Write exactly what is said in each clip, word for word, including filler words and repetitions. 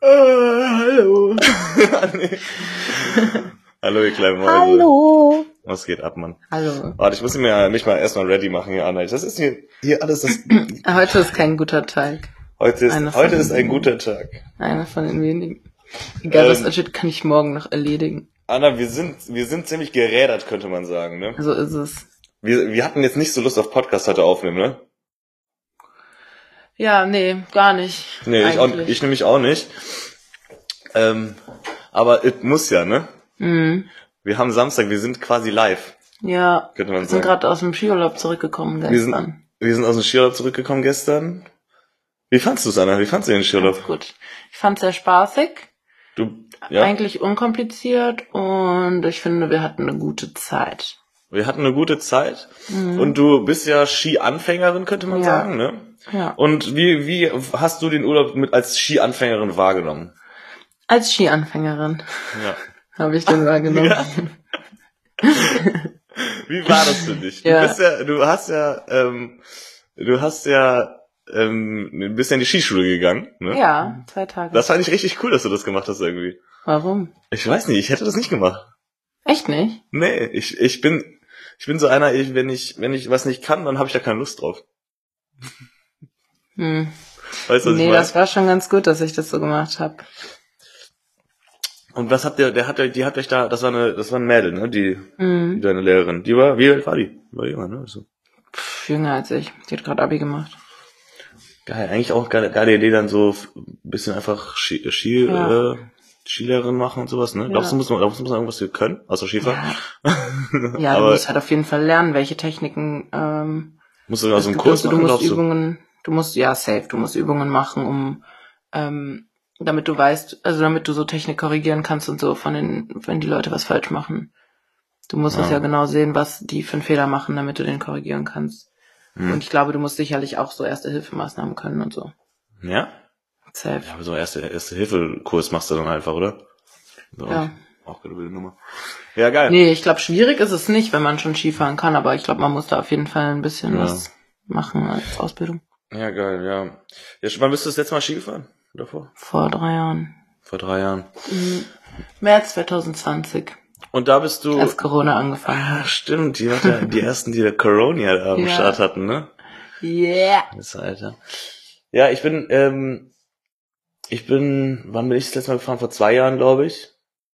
hallo. nee. Hallo, ihr kleinen Mäuse. Hallo. Was geht ab, Mann? Hallo. Warte, ich muss mir, mich mal erstmal ready machen hier, Anna. Das ist hier, hier alles das... Heute ist kein guter Tag. Heute ist, heute ist ein guter Tag. Einer von den wenigen. Egal, ähm, was kann ich morgen noch erledigen. Anna, wir sind, wir sind ziemlich gerädert, könnte man sagen, ne? So ist es. Wir, wir hatten jetzt nicht so Lust auf Podcast heute aufnehmen, ne? Ja, nee, gar nicht. Nee, ich, auch, ich nämlich auch nicht. Ähm, aber es muss ja, ne? Mhm. Wir haben Samstag, wir sind quasi live. Ja, könnte man wir sind sagen. gerade aus dem Skiurlaub zurückgekommen gestern. Wir sind, wir sind aus dem Skiurlaub zurückgekommen gestern. Wie fandst du es, Anna? Wie fandst du den Skiurlaub? Ganz gut. Ich fand es sehr spaßig. Du, ja? Eigentlich unkompliziert und ich finde, wir hatten eine gute Zeit. Wir hatten eine gute Zeit. Mhm. Und du bist ja Skianfängerin, könnte man ja. sagen, ne? Ja. Und wie, wie hast du den Urlaub mit als Skianfängerin wahrgenommen? Als Skianfängerin. Ja. Habe ich den wahrgenommen. Ja. Wie war das für dich? Ja. Du bist ja, du hast ja, ähm, du hast ja, ähm, bist ja in die Skischule gegangen, ne? Ja, zwei Tage. Das fand ich richtig cool, dass du das gemacht hast irgendwie. Warum? Ich weiß nicht, ich hätte das nicht gemacht. Echt nicht? Nee, ich, ich bin, ich bin so einer, ich, wenn ich, wenn ich was nicht kann, dann habe ich da keine Lust drauf. Hm. Weißt du, was nee, ich meine? das war schon ganz gut, dass ich das so gemacht habe. Und was habt ihr, der hat euch, die hat euch da, das war eine, das war ein Mädel, ne, die, Mhm. die deine Lehrerin, die war, wie alt war die? War jemand, ne? So. Pff, jünger als ich. Die hat gerade Abi gemacht. Geil, eigentlich auch geile, geile Idee, dann so ein bisschen einfach Ski, Ski Ja. äh, Skilehrerin machen und sowas, ne? Ja. Glaubst du, muss man, glaubst du, muss man irgendwas für können, außer Skifahren? Ja, ja du Aber musst halt auf jeden Fall lernen, welche Techniken, ähm, musst du da so einen du, Kurs du machen, musst glaubst du? Übungen, du musst, ja, safe, du musst Übungen machen, um, ähm, damit du weißt, also damit du so Technik korrigieren kannst und so von den, wenn die Leute was falsch machen. Du musst es Ja. ja genau sehen, was die für einen Fehler machen, damit du den korrigieren kannst. Hm. Und ich glaube, du musst sicherlich auch so Erste-Hilfe-Maßnahmen können und so. Ja? Safe. Ja, aber so erste, erste Hilfe-Kurs machst du dann einfach, oder? So, Ja. Auch eine wilde Nummer. Ja, geil. Nee, ich glaube, schwierig ist es nicht, wenn man schon Skifahren kann, aber ich glaube, man muss da auf jeden Fall ein bisschen Ja. was machen als Ausbildung. Ja, geil, ja. ja. Wann bist du das letzte Mal Ski gefahren? Davor? Vor drei Jahren. Vor drei Jahren. Mhm. März zwanzig zwanzig, Und da bist du... als Corona angefangen Ah, hat. stimmt, die, hat ja, die ersten, die der Corona am Ja. Start hatten, ne? Yeah. Das Alter. Ja, ich bin, ähm, ich bin, wann bin ich das letzte Mal gefahren? Vor zwei Jahren, glaube ich.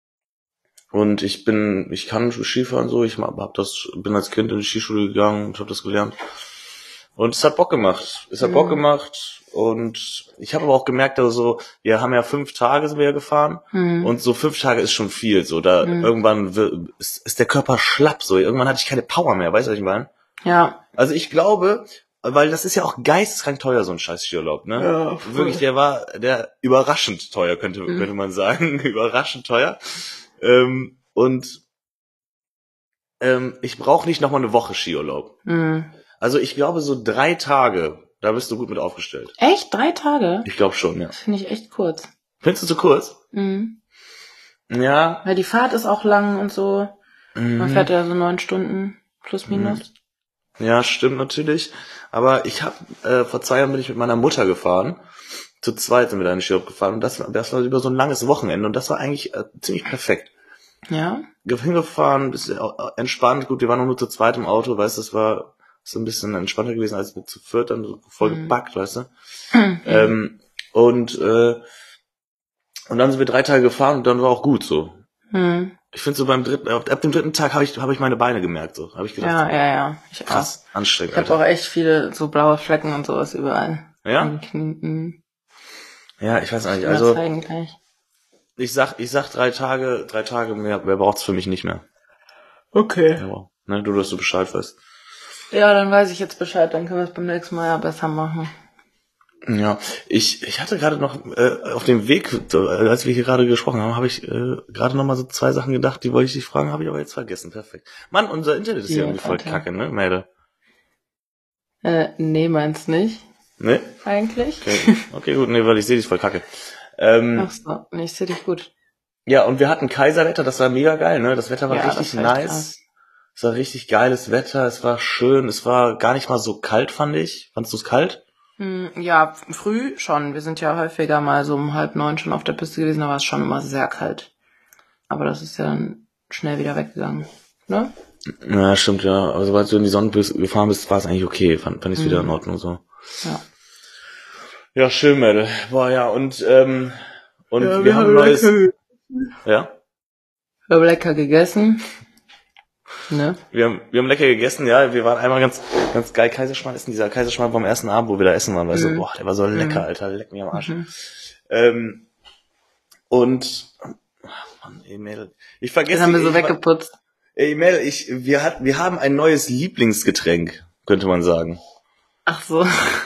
Und ich bin, ich kann Skifahren so, ich hab das, bin als Kind in die Skischule gegangen und habe das gelernt. Und es hat Bock gemacht. Es hat Mhm. Bock gemacht und ich habe aber auch gemerkt, also wir haben ja fünf Tage sind wir ja gefahren Mhm. und so fünf Tage ist schon viel. So da Mhm. irgendwann wird, ist, ist der Körper schlapp. So irgendwann hatte ich keine Power mehr. Weißt du, was ich meine? Ja. Also ich glaube, weil das ist ja auch geisteskrank teuer, so ein scheiß Skiurlaub, ne? Ja, voll. Wirklich, der war der überraschend teuer, könnte Mhm. könnte man sagen. Überraschend teuer. Ähm, und ähm, ich brauche nicht nochmal eine Woche Skiurlaub. Mhm. Also ich glaube, so drei Tage, da bist du gut mit aufgestellt. Echt? Drei Tage? Ich glaube schon, ja. Das finde ich echt kurz. Findest du zu kurz? Mhm. Ja. Weil die Fahrt ist auch lang und so. Man Mhm. fährt ja so neun Stunden plus minus. Ja, stimmt natürlich. Aber ich habe äh, vor zwei Jahren bin ich mit meiner Mutter gefahren. Zu zweit sind wir da in den Skiurlaub gefahren. Und das, das war über so ein langes Wochenende. Und das war eigentlich äh, ziemlich perfekt. Ja. Hingefahren, bisschen äh, entspannt. Gut, wir waren nur zu zweit im Auto. Weißt du, das war so ein bisschen entspannter gewesen als mit zu viert. Dann so voll Mhm. gepackt, weißt du. Mhm. Ähm, und äh, und dann sind wir drei Tage gefahren und dann war auch gut so. Mhm. Ich finde so beim dritten, ab dem dritten Tag habe ich habe ich meine Beine gemerkt so, habe ich gedacht, Ja, ja, ja. Ich krass, anstrengend. Ich habe auch echt viele so blaue Flecken und sowas überall. Ja? An den Knien. Mhm. Ja, ich weiß nicht. Ich will Also das zeigen gleich. ich sag, ich sag drei Tage, drei Tage mehr, wer braucht's für mich nicht mehr. Okay. Ja, ne, du, dass du Bescheid weißt. Ja, dann weiß ich jetzt Bescheid, dann können wir es beim nächsten Mal ja besser machen. Ja, ich ich hatte gerade noch äh, auf dem Weg, äh, als wir hier gerade gesprochen haben, habe ich äh, gerade noch mal so zwei Sachen gedacht, die wollte ich dich fragen, habe ich aber jetzt vergessen. Perfekt. Mann, unser Internet ist Ja, ja irgendwie voll Alter. kacke, ne, Mädel? Äh, nee, meinst nicht, Ne? eigentlich? Okay, okay, gut, nee, weil ich sehe dich voll kacke. Ähm, Ach so, nee, ich seh dich gut. Ja, und wir hatten Kaiserwetter, das war mega geil, ne? Das Wetter war Ja, richtig das war echt nice. krass. Es war richtig geiles Wetter, es war schön, es war gar nicht mal so kalt, fand ich. Fandst du es kalt? Ja, früh schon. Wir sind ja häufiger mal so um halb neun schon auf der Piste gewesen, da war es schon immer sehr kalt. Aber das ist ja dann schnell wieder weggegangen, ne? Ja, stimmt, ja. Aber sobald du in die Sonne bist, gefahren bist, war es eigentlich okay. Fand, fand ich mhm. wieder in Ordnung so. Ja. Ja, schön, Mädel. Boah, ja, und, ähm, und ja, wir, wir haben ein neues... Lecker. Ja? Wir haben lecker gegessen. Ne? Wir haben, wir haben lecker gegessen, ja. Wir waren einmal ganz, ganz geil Kaiserschmarrn essen. Dieser Kaiserschmarrn vom ersten Abend, wo wir da essen waren, weißt mhm. du, boah, der war so lecker, mhm. Alter, leck mich am Arsch. Mhm. Ähm, und, ach Mann, ey, Mädel, ich vergesse... Das haben wir so ich, weggeputzt. Ey, Mädel, ich, wir hat, wir haben ein neues Lieblingsgetränk, könnte man sagen. Ach so.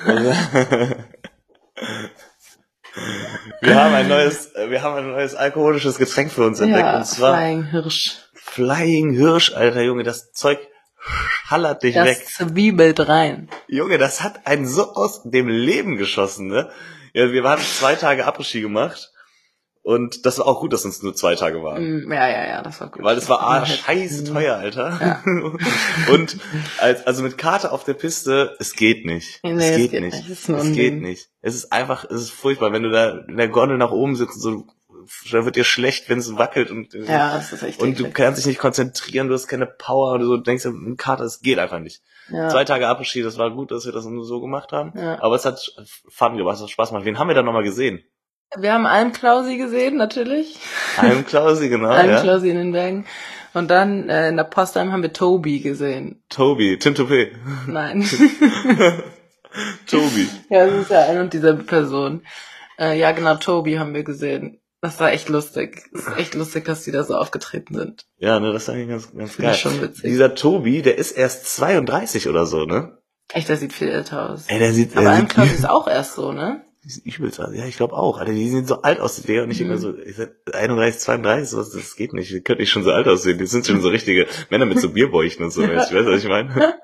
Wir haben ein neues, wir haben ein neues alkoholisches Getränk für uns entdeckt, ja, und zwar Flying Hirsch. Flying Hirsch, Alter Junge, das Zeug schallert dich das weg. Das zwiebelt rein. Junge, das hat einen so aus dem Leben geschossen, ne? Ja, wir haben zwei Tage Après-Ski gemacht. Und das war auch gut, dass uns nur zwei Tage waren. Ja, ja, ja, das war gut. Weil es war ah, scheiße teuer, Alter. Ja. Und als, also mit Karte auf der Piste, es geht nicht. Nee, es, es geht, geht nicht. nicht. Es, es geht nicht. Es ist einfach, es ist furchtbar, wenn du da in der Gondel nach oben sitzt, so, da wird dir schlecht, wenn es wackelt und, ja, das ist echt und du kannst dich nicht konzentrieren, du hast keine Power oder so, du denkst, mit Karte, es geht einfach nicht. Ja. Zwei Tage Après-Ski, das war gut, dass wir das nur so gemacht haben. Ja. Aber es hat Fun gemacht, es hat Spaß gemacht. Wen haben wir da nochmal gesehen? Wir haben Almklausi gesehen, natürlich. Almklausi, genau. Almklausi ja. in den Bergen. Und dann äh, in der Postheim haben wir Tobi gesehen. Tobi, Tim Toupé. Nein. Tobi. Ja, das ist ja eine und dieselbe Person. Äh, ja, genau, Tobi haben wir gesehen. Das war echt lustig. Das ist echt lustig, dass die da so aufgetreten sind. Ja, ne, das ist eigentlich ganz, ganz geil. Das ist schon witzig. Dieser Tobi, der ist erst zweiunddreißig oder so, ne? Echt, der sieht viel älter aus. Ey, der sieht, aber Almklausi sieht, ist auch erst so, ne? Die sind übelst, ja, ich glaube auch. Alter, die sehen so alt aus, die Digga, und ich mhm. immer so, ich sag, einunddreißig, zweiunddreißig, sowas, das geht nicht. Die könnten nicht schon so alt aussehen. Die sind schon so richtige Männer mit so Bierbäuchen und so. Ja. Ich weiß, was ich meine.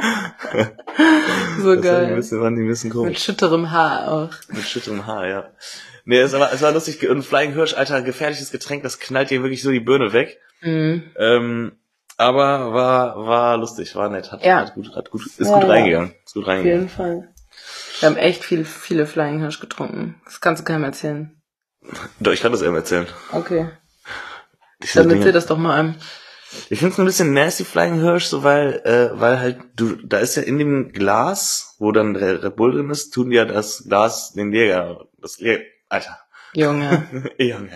So das geil. Ein bisschen, waren die ein bisschen komisch. Mit schütterem Haar auch. Mit schütterem Haar, ja. Nee, es war, es war lustig. Und Flying Hirsch, Alter, gefährliches Getränk, das knallt dir wirklich so die Birne weg. Mhm. Ähm, aber war, war lustig, war nett, hat, ja. hat gut, hat gut, ist ja, gut reingegangen. Ja. Ist gut reingegangen. Auf jeden Fall. Wir haben echt viel, viele Flying Hirsch getrunken. Das kannst du keinem erzählen. Doch, ich kann das eben erzählen. Okay. Dann erzähl das doch mal einem. Ich finde es ein bisschen nasty, Flying Hirsch, so weil, äh, weil halt, du, da ist ja in dem Glas, wo dann Red Bull drin ist, tun die ja das Glas, den Jäger, das Jäger, Alter. Junge. Junge.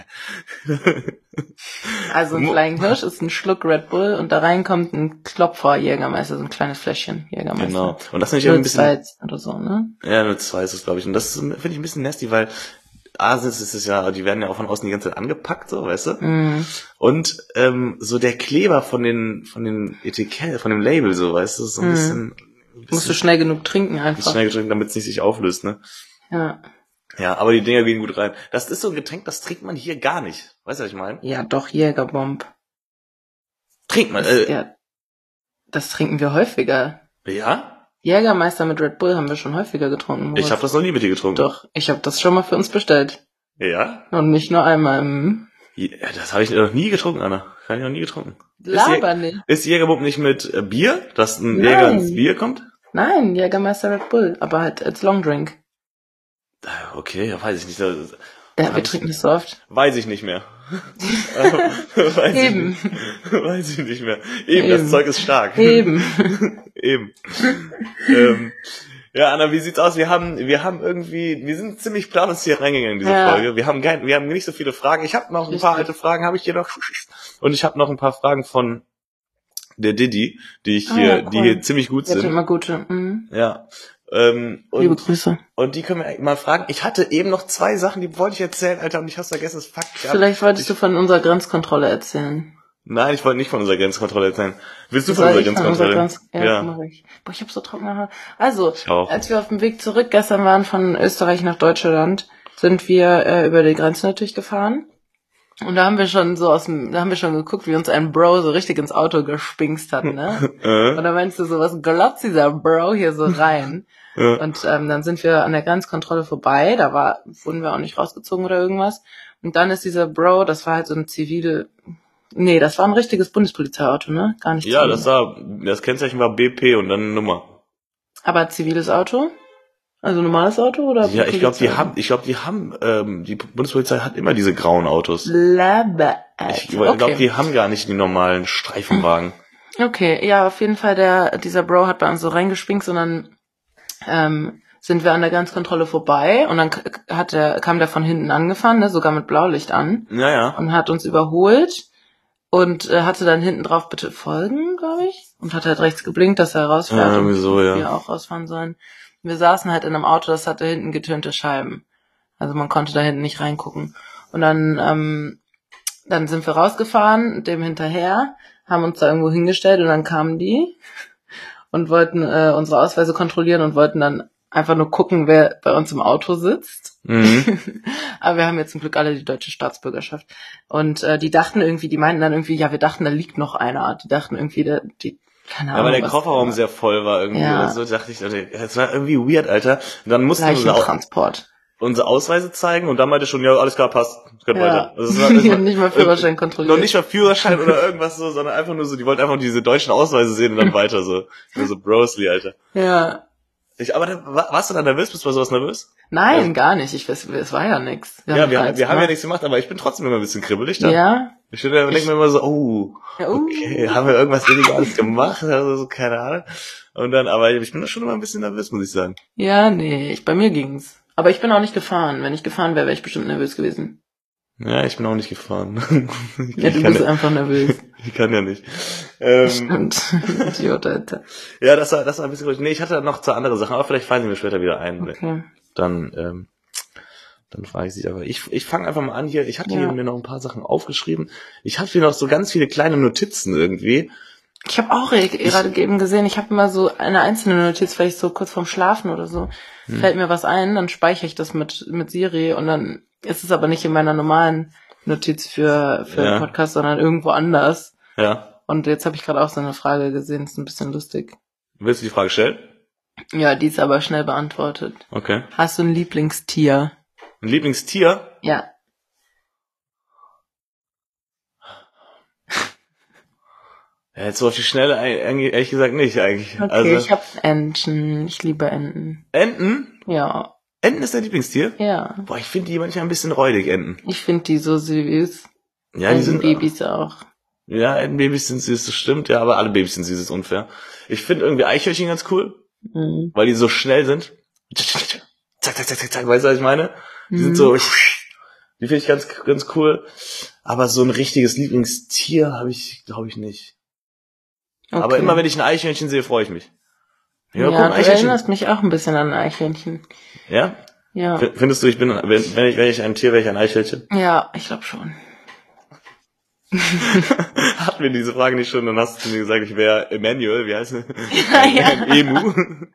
Also ein Flying Hirsch ist ein Schluck Red Bull und da rein kommt ein Klopfer Jägermeister, so ein kleines Fläschchen Jägermeister. Genau. Und das finde ich ein bisschen... Zwei oder so, ne? Ja, nur zwei ist es, glaube ich. Und das finde ich ein bisschen nasty, weil A, ist es ja, die werden ja auch von außen die ganze Zeit angepackt, so, weißt du? Mm. Und ähm, so der Kleber von den von den Etikett, von dem Label, so, weißt du, so ein, mm. bisschen, ein bisschen... Musst du schnell genug trinken einfach. Schnell trinken, damit es nicht sich auflöst, ne? Ja. Ja, aber die Dinger gehen gut rein. Das ist so ein Getränk, das trinkt man hier gar nicht. Weißt du, was ich meine? Ja, doch, Jägerbomb. Trinkt man, das, äh... Ja, das trinken wir häufiger. Ja? Jägermeister mit Red Bull haben wir schon häufiger getrunken. Ich habe das noch nie mit dir getrunken. Doch, ich habe das schon mal für uns bestellt. Ja? Und nicht nur einmal. Hm. Ja, das habe ich noch nie getrunken, Anna. Habe ich noch nie getrunken. Laber nicht. Ist Jägerbomb nicht mit äh, Bier? Dass ein Nein. Jäger ins Bier kommt? Nein, Jägermeister Red Bull, aber halt als Longdrink. Okay, ja, weiß ich nicht. Ja, wir trinken das so oft. Weiß ich nicht mehr. weiß Eben. Ich nicht. Weiß ich nicht mehr. Eben, Eben. Das Zeug ist stark. Eben. Eben. ähm, ja, Anna, wie sieht's aus? Wir haben, wir haben irgendwie, wir sind ziemlich planlos hier reingegangen in diese ja. Folge. Wir haben kein, wir haben nicht so viele Fragen. Ich habe noch ein paar alte Fragen, habe ich hier noch. Und ich habe noch ein paar Fragen von der Didi, die ich hier, ah, ja, cool. die hier ziemlich gut sind. Ja, immer gute. Mhm. Ja. Ähm, und, Liebe Grüße. Und die können wir mal fragen. Ich hatte eben noch zwei Sachen, die wollte ich erzählen, Alter, und ich hab's vergessen, das fuckt mich ab. Vielleicht wolltest ich, du von unserer Grenzkontrolle erzählen. Nein, ich wollte nicht von unserer Grenzkontrolle erzählen. Willst du von unserer Grenzkontrolle? Von unserer Grenz- ja, ja. Mach ich. Boah, ich hab so trockene Haare. Also, als wir auf dem Weg zurück gestern waren von Österreich nach Deutschland, sind wir äh, über die Grenze natürlich gefahren. Und da haben wir schon so aus dem, da haben wir schon geguckt, wie uns ein Bro so richtig ins Auto gespinkst hat, ne? Und da meinst du so, was glotzt dieser Bro hier so rein? Ja. Und ähm, dann sind wir an der Grenzkontrolle vorbei, da war, wurden wir auch nicht rausgezogen oder irgendwas. Und dann ist dieser Bro, das war halt so ein zivile, nee, das war ein richtiges Bundespolizeiauto, ne? Gar nicht Ja, zivil. Das war, das Kennzeichen war B P und dann eine Nummer. Aber ziviles Auto? Also normales Auto oder? Ja, ich glaube, die haben, ich glaube, die haben, ähm, die Bundespolizei hat immer diese grauen Autos. Laber. Ich glaube, okay. die haben gar nicht die normalen Streifenwagen. Okay, ja, auf jeden Fall, der, dieser Bro hat bei uns so reingespinkt und dann, ähm, sind wir an der Grenzkontrolle vorbei und dann hat der, kam der von hinten angefahren, ne, sogar mit Blaulicht an. Ja, ja. Und hat uns überholt und äh, hatte dann hinten drauf bitte folgen, glaube ich. Und hat halt rechts geblinkt, dass er rausfährt ja, und so, ja. wir auch rausfahren sollen. Wir saßen halt in einem Auto, das hatte hinten getönte Scheiben. Also man konnte da hinten nicht reingucken. Und dann, ähm, dann sind wir rausgefahren, dem hinterher, haben uns da irgendwo hingestellt und dann kamen die und wollten äh, unsere Ausweise kontrollieren und wollten dann einfach nur gucken, wer bei uns im Auto sitzt. Mhm. Aber wir haben jetzt zum Glück alle die deutsche Staatsbürgerschaft. Und äh, die dachten irgendwie, die meinten dann irgendwie, ja, wir dachten, da liegt noch einer. Die dachten irgendwie, der, die, keine Ahnung. Ja, weil der Kofferraum sehr voll war irgendwie. Ja. Oder so dachte ich, das war irgendwie weird, Alter. Und dann mussten wir Leichentransport. unsere Ausweise zeigen und dann meinte schon, ja, alles klar, passt, können Ja. weiter. Also es war, es war, nicht mal Führerschein kontrolliert. Noch nicht mal Führerschein oder irgendwas so, sondern einfach nur so, die wollten einfach diese deutschen Ausweise sehen und dann weiter so. Nur so Brosly, Alter. Ja. Ich, aber dann, warst du dann nervös? Bist du bei sowas nervös? Nein, ja. gar nicht. Ich weiß, es war ja nix. Wir ja, haben wir, wir, wir haben ja nichts gemacht, aber ich bin trotzdem immer ein bisschen kribbelig dann. Ja. Ich denke mir immer so, oh, ja, uh. okay, haben wir irgendwas Illegales gemacht? Also so, keine Ahnung. Und dann, aber ich bin da schon immer ein bisschen nervös, muss ich sagen. Ja, nee, ich, bei mir ging's. Aber ich bin auch nicht gefahren. Wenn ich gefahren wäre, wäre ich bestimmt nervös gewesen. Ja, ich bin auch nicht gefahren. ich, ja, du bist ja, einfach nervös. ich kann ja nicht. Ähm, Stimmt. Idiot, Alter. Ja, das war, das war ein bisschen ruhig. Nee, ich hatte noch zwei andere Sachen, aber vielleicht fallen sie mir später wieder ein. Okay. Dann, ähm, dann frage ich sie aber. Ich, ich fange einfach mal an hier. Ich hatte ja. hier mir noch ein paar Sachen aufgeschrieben. Ich habe hier noch so ganz viele kleine Notizen irgendwie. Ich habe auch gerade eben gesehen, ich habe immer so eine einzelne Notiz, vielleicht so kurz vorm Schlafen oder so, hm. fällt mir was ein, dann speichere ich das mit mit Siri und dann ist es aber nicht in meiner normalen Notiz für für ja. den Podcast, sondern irgendwo anders. Ja. Und jetzt habe ich gerade auch so eine Frage gesehen, ist ein bisschen lustig. Willst du die Frage stellen? Ja, die ist aber schnell beantwortet. Okay. Hast du ein Lieblingstier? Ein Lieblingstier? Ja. Ja, jetzt so auf die Schnelle, ehrlich gesagt nicht eigentlich. Okay, also, ich hab Enten. Ich liebe Enten. Enten? Ja. Enten ist dein Lieblingstier? Ja. Boah, ich finde die manchmal ein bisschen räudig, Enten. Ich finde die so süß. Ja, die sind Babys auch. Ja, Entenbabys sind süß, das stimmt, ja, aber alle Babys sind süß, ist unfair. Ich finde irgendwie Eichhörnchen ganz cool, mhm. weil die so schnell sind. Zack, zack, zack, zack, zack, weißt du, was ich meine? Die mhm. sind so, die finde ich ganz, ganz cool. Aber so ein richtiges Lieblingstier habe ich, glaube ich, nicht. Okay. Aber immer, wenn ich ein Eichhörnchen sehe, freue ich mich. Ja, ja guck, du erinnerst mich auch ein bisschen an ein Eichhörnchen. Ja? Ja. Findest du, ich bin, wenn, wenn ich, wenn ich ein Tier wäre, ich ein Eichhörnchen? Ja, ich glaube schon. Hatten wir diese Frage nicht schon, dann hast du mir gesagt, ich wäre Emmanuel, wie heißt es? Ja, ein, ja. ein Emu.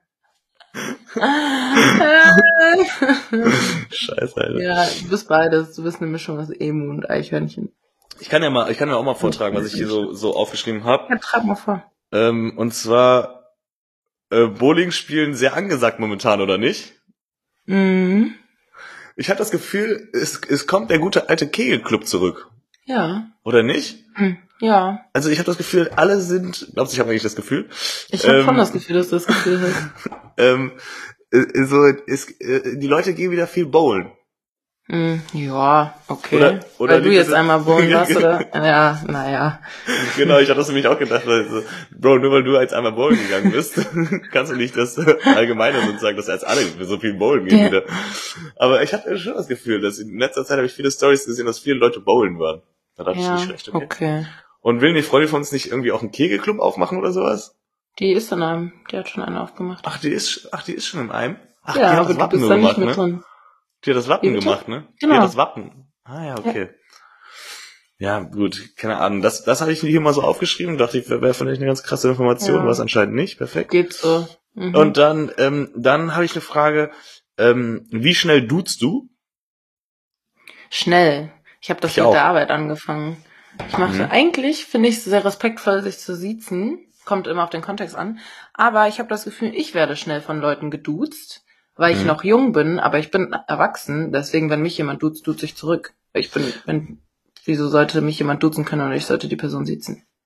Scheiße, Alter. Ja, du bist beides. Du bist eine Mischung aus Emu und Eichhörnchen. Ich kann ja mal, ich kann ja auch mal vortragen, was ich hier so, so aufgeschrieben habe. Ja, trag mal vor. Ähm, und zwar, äh, Bowling spielen sehr angesagt momentan, oder nicht? Mhm. Ich habe das Gefühl, es, es kommt der gute alte Kegelclub zurück. Ja. Oder nicht? Mhm. Ja. Also ich habe das Gefühl, alle sind, glaubst du, ich habe eigentlich das Gefühl? Ich habe ähm, schon das Gefühl, dass du das Gefühl hast. ähm, so, ist, die Leute gehen wieder viel bowlen. Ja, okay. Oder, oder weil du jetzt einmal bowlen warst, oder? Ja, naja. Genau, ich hatte das nämlich auch gedacht, weil so, Bro, nur weil du jetzt einmal bowlen gegangen bist, kannst du nicht das Allgemeine sozusagen, dass jetzt alle so viel bowlen gehen ja. wieder. Aber ich hatte schon das Gefühl, dass in letzter Zeit habe ich viele Stories gesehen, dass viele Leute bowlen waren. Da dachte ja, ich nicht schlecht, okay. okay. Und will die Freundin von uns nicht irgendwie auch einen Kegelclub aufmachen oder sowas? Die ist in einem, die hat schon einen aufgemacht. Ach, die ist, ach, die ist schon in einem? Ach, ja, die hat aber das Wappen du bist nur da gemacht, nicht mit ne? drin. Die hat das Wappen gemacht, ne? Genau. Die hat das Wappen. Ah ja, okay. Ja, ja gut, keine Ahnung. Das, das habe ich hier mal so aufgeschrieben. Dachte ich, wäre vielleicht eine ganz krasse Information, ja. War es anscheinend nicht. Perfekt. Geht so. Mhm. Und dann, ähm, dann habe ich eine Frage. Ähm, wie schnell duzt du? Schnell. Ich habe das ich mit auch. der Arbeit angefangen. Ich mache mhm. eigentlich, finde ich es sehr respektvoll, sich zu siezen. Kommt immer auf den Kontext an. Aber ich habe das Gefühl, ich werde schnell von Leuten geduzt, weil ich mhm. noch jung bin, aber ich bin erwachsen. Deswegen, wenn mich jemand duzt, duzt ich zurück. Ich bin, wenn, wieso sollte mich jemand duzen können und ich sollte die Person siezen?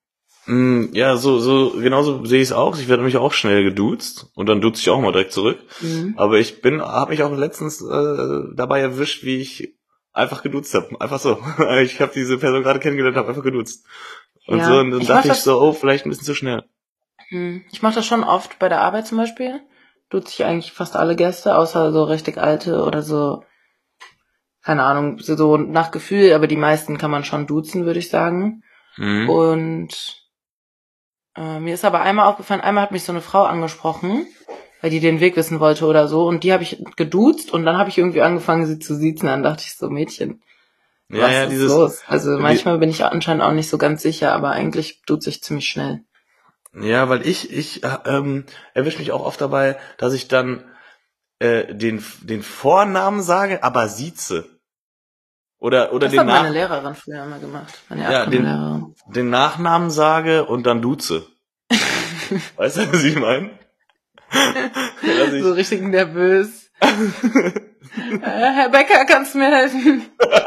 Mm, ja, so, so, genauso sehe ich es auch. Ich werde mich auch schnell geduzt und dann duze ich auch mal direkt zurück. Mhm. Aber ich bin, habe mich auch letztens äh, dabei erwischt, wie ich einfach geduzt habe. Einfach so. Ich habe diese Person gerade kennengelernt, habe einfach geduzt. Und ja, so, und dann ich dachte ich so, oh, vielleicht ein bisschen zu schnell. Ich mache das schon oft bei der Arbeit zum Beispiel. Duze ich eigentlich fast alle Gäste, außer so richtig alte oder so, keine Ahnung, so nach Gefühl, aber die meisten kann man schon duzen, würde ich sagen. Mhm. Und äh, mir ist aber einmal aufgefallen, einmal hat mich so eine Frau angesprochen, weil die den Weg wissen wollte oder so, und die habe ich geduzt und dann habe ich irgendwie angefangen, sie zu siezen. Dann dachte ich so, Mädchen, was ja, ja, ist dieses, los? Also manchmal bin ich anscheinend auch nicht so ganz sicher, aber eigentlich duze ich ziemlich schnell. Ja, weil ich ich ähm, erwische mich auch oft dabei, dass ich dann äh, den den Vornamen sage, aber sieze. Oder oder das den hat meine Nach- Lehrerin früher immer gemacht. Meine ja, den, den Nachnamen sage und dann duze. Weißt du, was ich meine? ich so richtig nervös. äh, Herr Becker, kannst du mir helfen?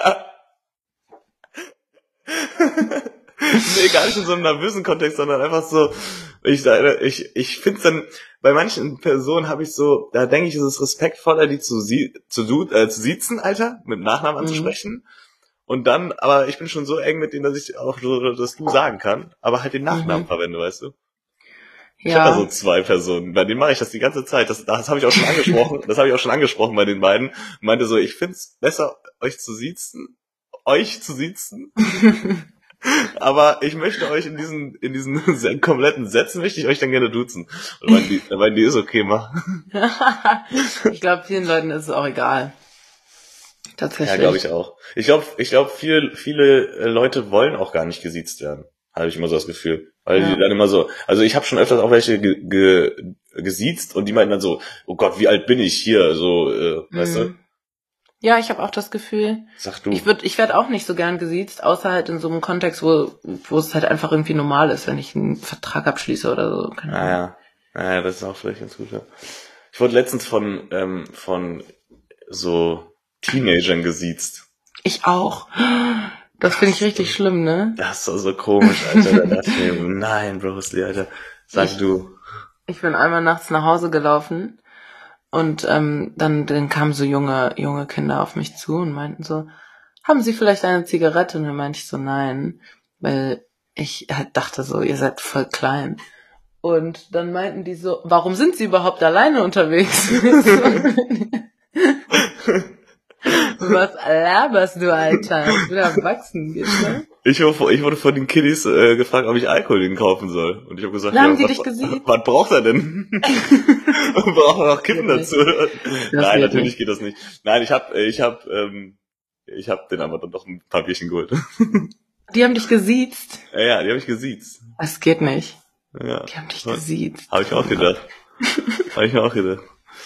Nee, gar nicht in so einem nervösen Kontext, sondern einfach so, ich ich ich finde es dann, bei manchen Personen habe ich so, da denke ich, es ist respektvoller, die zu sie zu du, äh, zu siezen, Alter, mit dem Nachnamen anzusprechen. Mhm. Und dann, aber ich bin schon so eng mit denen, dass ich auch so das Du sagen kann, aber halt den Nachnamen mhm. verwende, weißt du? Ich ja. habe da so zwei Personen, bei denen mache ich das die ganze Zeit. Das, das habe ich auch schon angesprochen. Das habe ich auch schon angesprochen bei den beiden. Ich meinte so, ich find's besser, euch zu siezen, euch zu siezen. Aber ich möchte euch in diesen in diesen kompletten Sätzen möchte ich euch dann gerne duzen. Und meinen die, meinen die ist okay, mach. Ich glaube, vielen Leuten ist es auch egal. Tatsächlich. Ja, glaube ich auch. Ich glaube, ich glaube, viele viele Leute wollen auch gar nicht gesiezt werden. Habe ich immer so das Gefühl. Weil ja. die dann immer so, also ich habe schon öfters auch welche ge, ge, gesiezt und die meinten dann so, oh Gott, wie alt bin ich hier, so, äh, mhm. weißt du? Ja, ich habe auch das Gefühl. Sag du. Ich würde, ich werde auch nicht so gern gesiezt, außer halt in so einem Kontext, wo wo es halt einfach irgendwie normal ist, wenn ich einen Vertrag abschließe oder so. Keine Ahnung. Ah, ja. Ah, ja, das ist auch vielleicht ganz gut. Ja. Ich wurde letztens von ähm, von so Teenagern gesiezt. Ich auch. Das finde ich richtig schlimm, ne? Das ist so komisch, Alter. Da dachte ich mir, nein, Brosley, Alter. Sag ich, du. Ich bin einmal nachts nach Hause gelaufen und ähm, dann, dann kamen so junge junge Kinder auf mich zu und meinten so, haben Sie vielleicht eine Zigarette? Und dann meinte ich so, nein, weil ich halt dachte so, ihr seid voll klein. Und dann meinten die so, warum sind Sie überhaupt alleine unterwegs? Was laberst du, Alter? Ich bin erwachsen, geht's, ne? Ich wurde, ich wurde von den Kiddies äh, gefragt, ob ich Alkohol ihnen kaufen soll. Und ich habe gesagt, ja, haben die dich gesehen? Was braucht er denn? Braucht er noch Kippen dazu? Nein, natürlich nicht. Geht das nicht. Nein, ich habe ich hab, ähm, ich hab den einfach dann doch ein paar Bierchen geholt. Die haben dich gesiezt? Ja, ja, die habe ich gesiezt. Das geht nicht. Ja. Die haben dich gesiezt. Habe ich auch gedacht. Habe ich mir auch gedacht.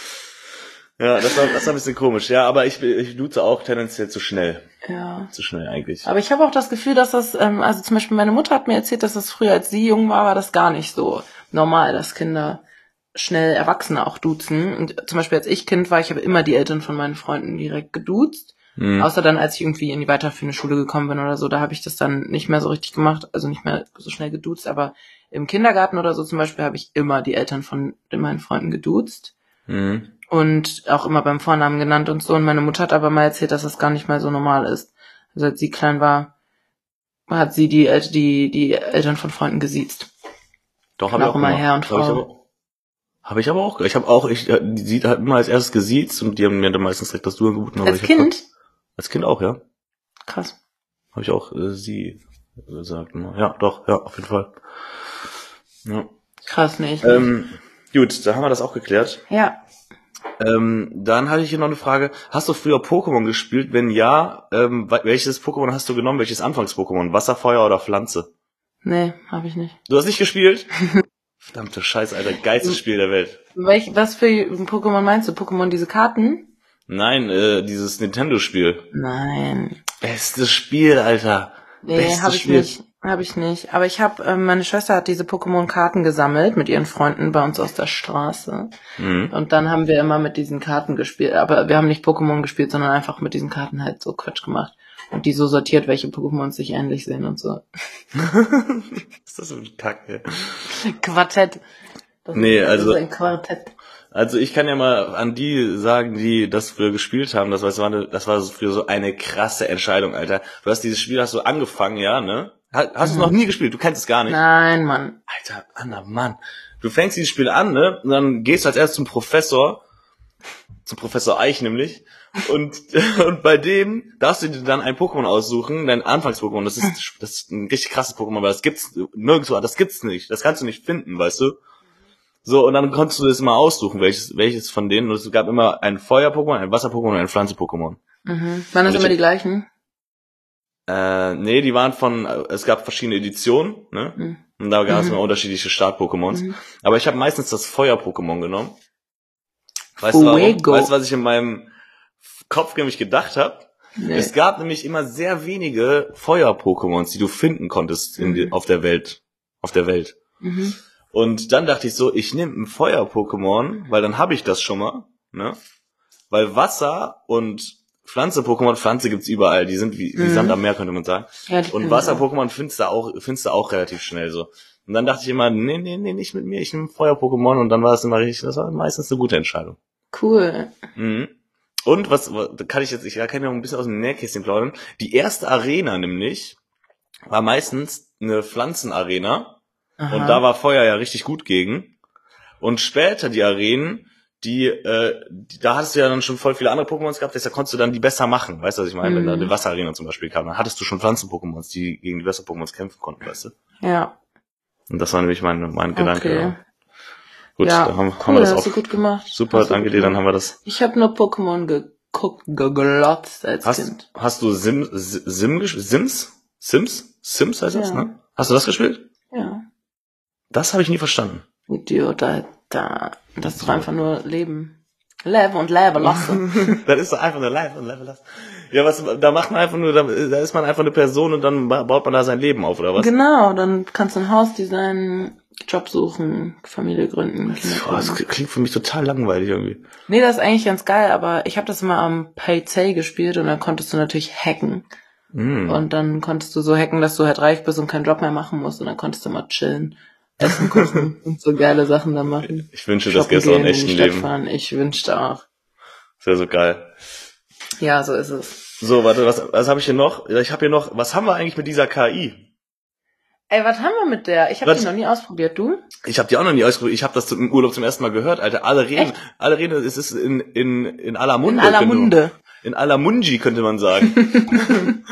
Ja, das war, das war ein bisschen komisch. Ja, aber ich, ich duze auch tendenziell zu schnell. Ja. Zu schnell eigentlich. Aber ich habe auch das Gefühl, dass das, ähm, also zum Beispiel meine Mutter hat mir erzählt, dass das früher, als sie jung war, war das gar nicht so normal, dass Kinder schnell Erwachsene auch duzen. Und zum Beispiel als ich Kind war, ich habe immer die Eltern von meinen Freunden direkt geduzt. Mhm. Außer dann, als ich irgendwie in die weiterführende Schule gekommen bin oder so, da habe ich das dann nicht mehr so richtig gemacht, also nicht mehr so schnell geduzt. Aber im Kindergarten oder so zum Beispiel habe ich immer die Eltern von meinen Freunden geduzt. Mhm. Und auch immer beim Vornamen genannt und so. Und meine Mutter hat aber mal erzählt, dass das gar nicht mal so normal ist. Also als sie klein war, hat sie die die die Eltern von Freunden gesiezt. Doch, habe ich auch immer Herr und Frau. Habe ich aber auch. Ich habe auch, ich, sie hat immer als erstes gesiezt und die haben mir dann meistens direkt das Du angeboten. Als Kind? Hab, als Kind auch, ja. Krass. Habe ich auch äh, sie gesagt. Ja, doch, ja, auf jeden Fall. Ja. Krass, nicht. Ähm, gut, da haben wir das auch geklärt. Ja. Ähm, dann hatte ich hier noch eine Frage. Hast du früher Pokémon gespielt? Wenn ja, ähm, welches Pokémon hast du genommen? Welches Anfangs-Pokémon? Wasser, Feuer oder Pflanze? Nee, habe ich nicht. Du hast nicht gespielt? Verdammte Scheiße, Alter. Geilstes Spiel der Welt. Welch, was für ein Pokémon meinst du? Pokémon diese Karten? Nein, äh, dieses Nintendo-Spiel. Nein. Bestes Spiel, Alter. Nee, habe ich nicht. Habe ich nicht. Aber ich habe, ähm, meine Schwester hat diese Pokémon-Karten gesammelt mit ihren Freunden bei uns aus der Straße. Mhm. Und dann haben wir immer mit diesen Karten gespielt. Aber wir haben nicht Pokémon gespielt, sondern einfach mit diesen Karten halt so Quatsch gemacht. Und die so sortiert, welche Pokémon sich ähnlich sehen und so. Ist das so ein Kacke? Quartett. Das nee, ist, also. Das ist ein Quartett. Also ich kann ja mal an die sagen, die das früher gespielt haben, das war, das war, eine, das war früher so eine krasse Entscheidung, Alter. Du hast dieses Spiel, hast du angefangen, ja, ne? Hast, hast mhm. du es noch nie gespielt? Du kennst es gar nicht? Nein, Mann. Alter, Anna, Mann. Du fängst dieses Spiel an, ne? Und dann gehst du als erstes zum Professor, zum Professor Eich nämlich, und und bei dem darfst du dir dann ein Pokémon aussuchen, dein Anfangs-Pokémon. Das ist das ist ein richtig krasses Pokémon, aber das gibt's nirgendwo, das gibt's nicht. Das kannst du nicht finden, weißt du? So, und dann konntest du das immer aussuchen, welches welches von denen. Und es gab immer ein Feuer-Pokémon, ein Wasser-Pokémon und ein Pflanze-Pokémon. Mhm. Waren das immer die gleichen? Äh, nee, die waren von, es gab verschiedene Editionen, ne? Mhm. Und da gab es mhm. immer unterschiedliche Start-Pokémons. Mhm. Aber ich habe meistens das Feuer-Pokémon genommen. Weißt du warum? Weißt du, was ich in meinem Kopf nämlich gedacht habe? Nee. Es gab nämlich immer sehr wenige Feuer-Pokémons, die du finden konntest in die, mhm. auf der Welt. Auf der Welt. Mhm. Und dann dachte ich so, ich nehme ein Feuer-Pokémon, weil dann habe ich das schon mal, ne? Weil Wasser und Pflanze-Pokémon, Pflanze gibt's überall, die sind wie, wie mhm. Sand am Meer, könnte man sagen. Ja, und Wasser-Pokémon findest du auch, findest du auch relativ schnell so. Und dann dachte ich immer, nee, nee, nee, nicht mit mir, ich nehme Feuer-Pokémon und dann war es immer richtig, das war meistens eine gute Entscheidung. Cool. Mhm. Und was, was kann ich jetzt, ich kann ja noch ein bisschen aus dem Nähkästchen plaudern. Die erste Arena nämlich war meistens eine Pflanzenarena. Aha. Und da war Feuer ja richtig gut gegen. Und später die Arenen, die, äh, die, da hattest du ja dann schon voll viele andere Pokémons gehabt, deshalb konntest du dann die besser machen. Weißt du, was ich meine? Mhm. Wenn da eine Wasserarena zum Beispiel kam, dann hattest du schon Pflanzen-Pokémons, die gegen die Wasser-Pokémons kämpfen konnten, weißt du? Ja. Und das war nämlich mein, mein Gedanke. Okay. Ja. Gut, ja, da haben, cool, haben wir das hast auch. du gut gemacht. Super, hast danke dir, dann haben wir das. Ich habe nur Pokémon geguckt, geglotzt als hast, Kind. Hast du Sim, Sim, Sims? Sims? Sims heißt das, ja. ne? Hast du das gespielt? Ja. Das habe ich nie verstanden. Idiot, da, da, das ist doch einfach nur Leben. Leben und leben lassen. Das ist doch einfach nur Leben und leben lassen. Ja, was, da macht man einfach nur, da, da ist man einfach eine Person und dann baut man da sein Leben auf, oder was? Genau, dann kannst du ein Haus designen, Job suchen, Familie gründen, Kinder gründen. Das klingt für mich total langweilig irgendwie. Nee, das ist eigentlich ganz geil, aber ich habe das immer am Payzay gespielt und dann konntest du natürlich hacken. Mm. Und dann konntest du so hacken, dass du halt reich bist und keinen Job mehr machen musst und dann konntest du mal chillen. Essen, kochen und so geile Sachen da machen. Ich wünsche, das gäbe es auch im echten Leben. Fahren. Ich wünschte auch. Das wäre so geil. Ja, so ist es. So, warte, was, was habe ich hier noch? Ich habe hier noch, was haben wir eigentlich mit dieser K I? Ey, was haben wir mit der? Ich habe die noch nie ausprobiert, du? Ich habe die auch noch nie ausprobiert. Ich habe das im Urlaub zum ersten Mal gehört, Alter. Alle reden, Echt? alle reden, es ist in, in, in aller Munde. In aller Munde. In aller Munji, könnte man sagen.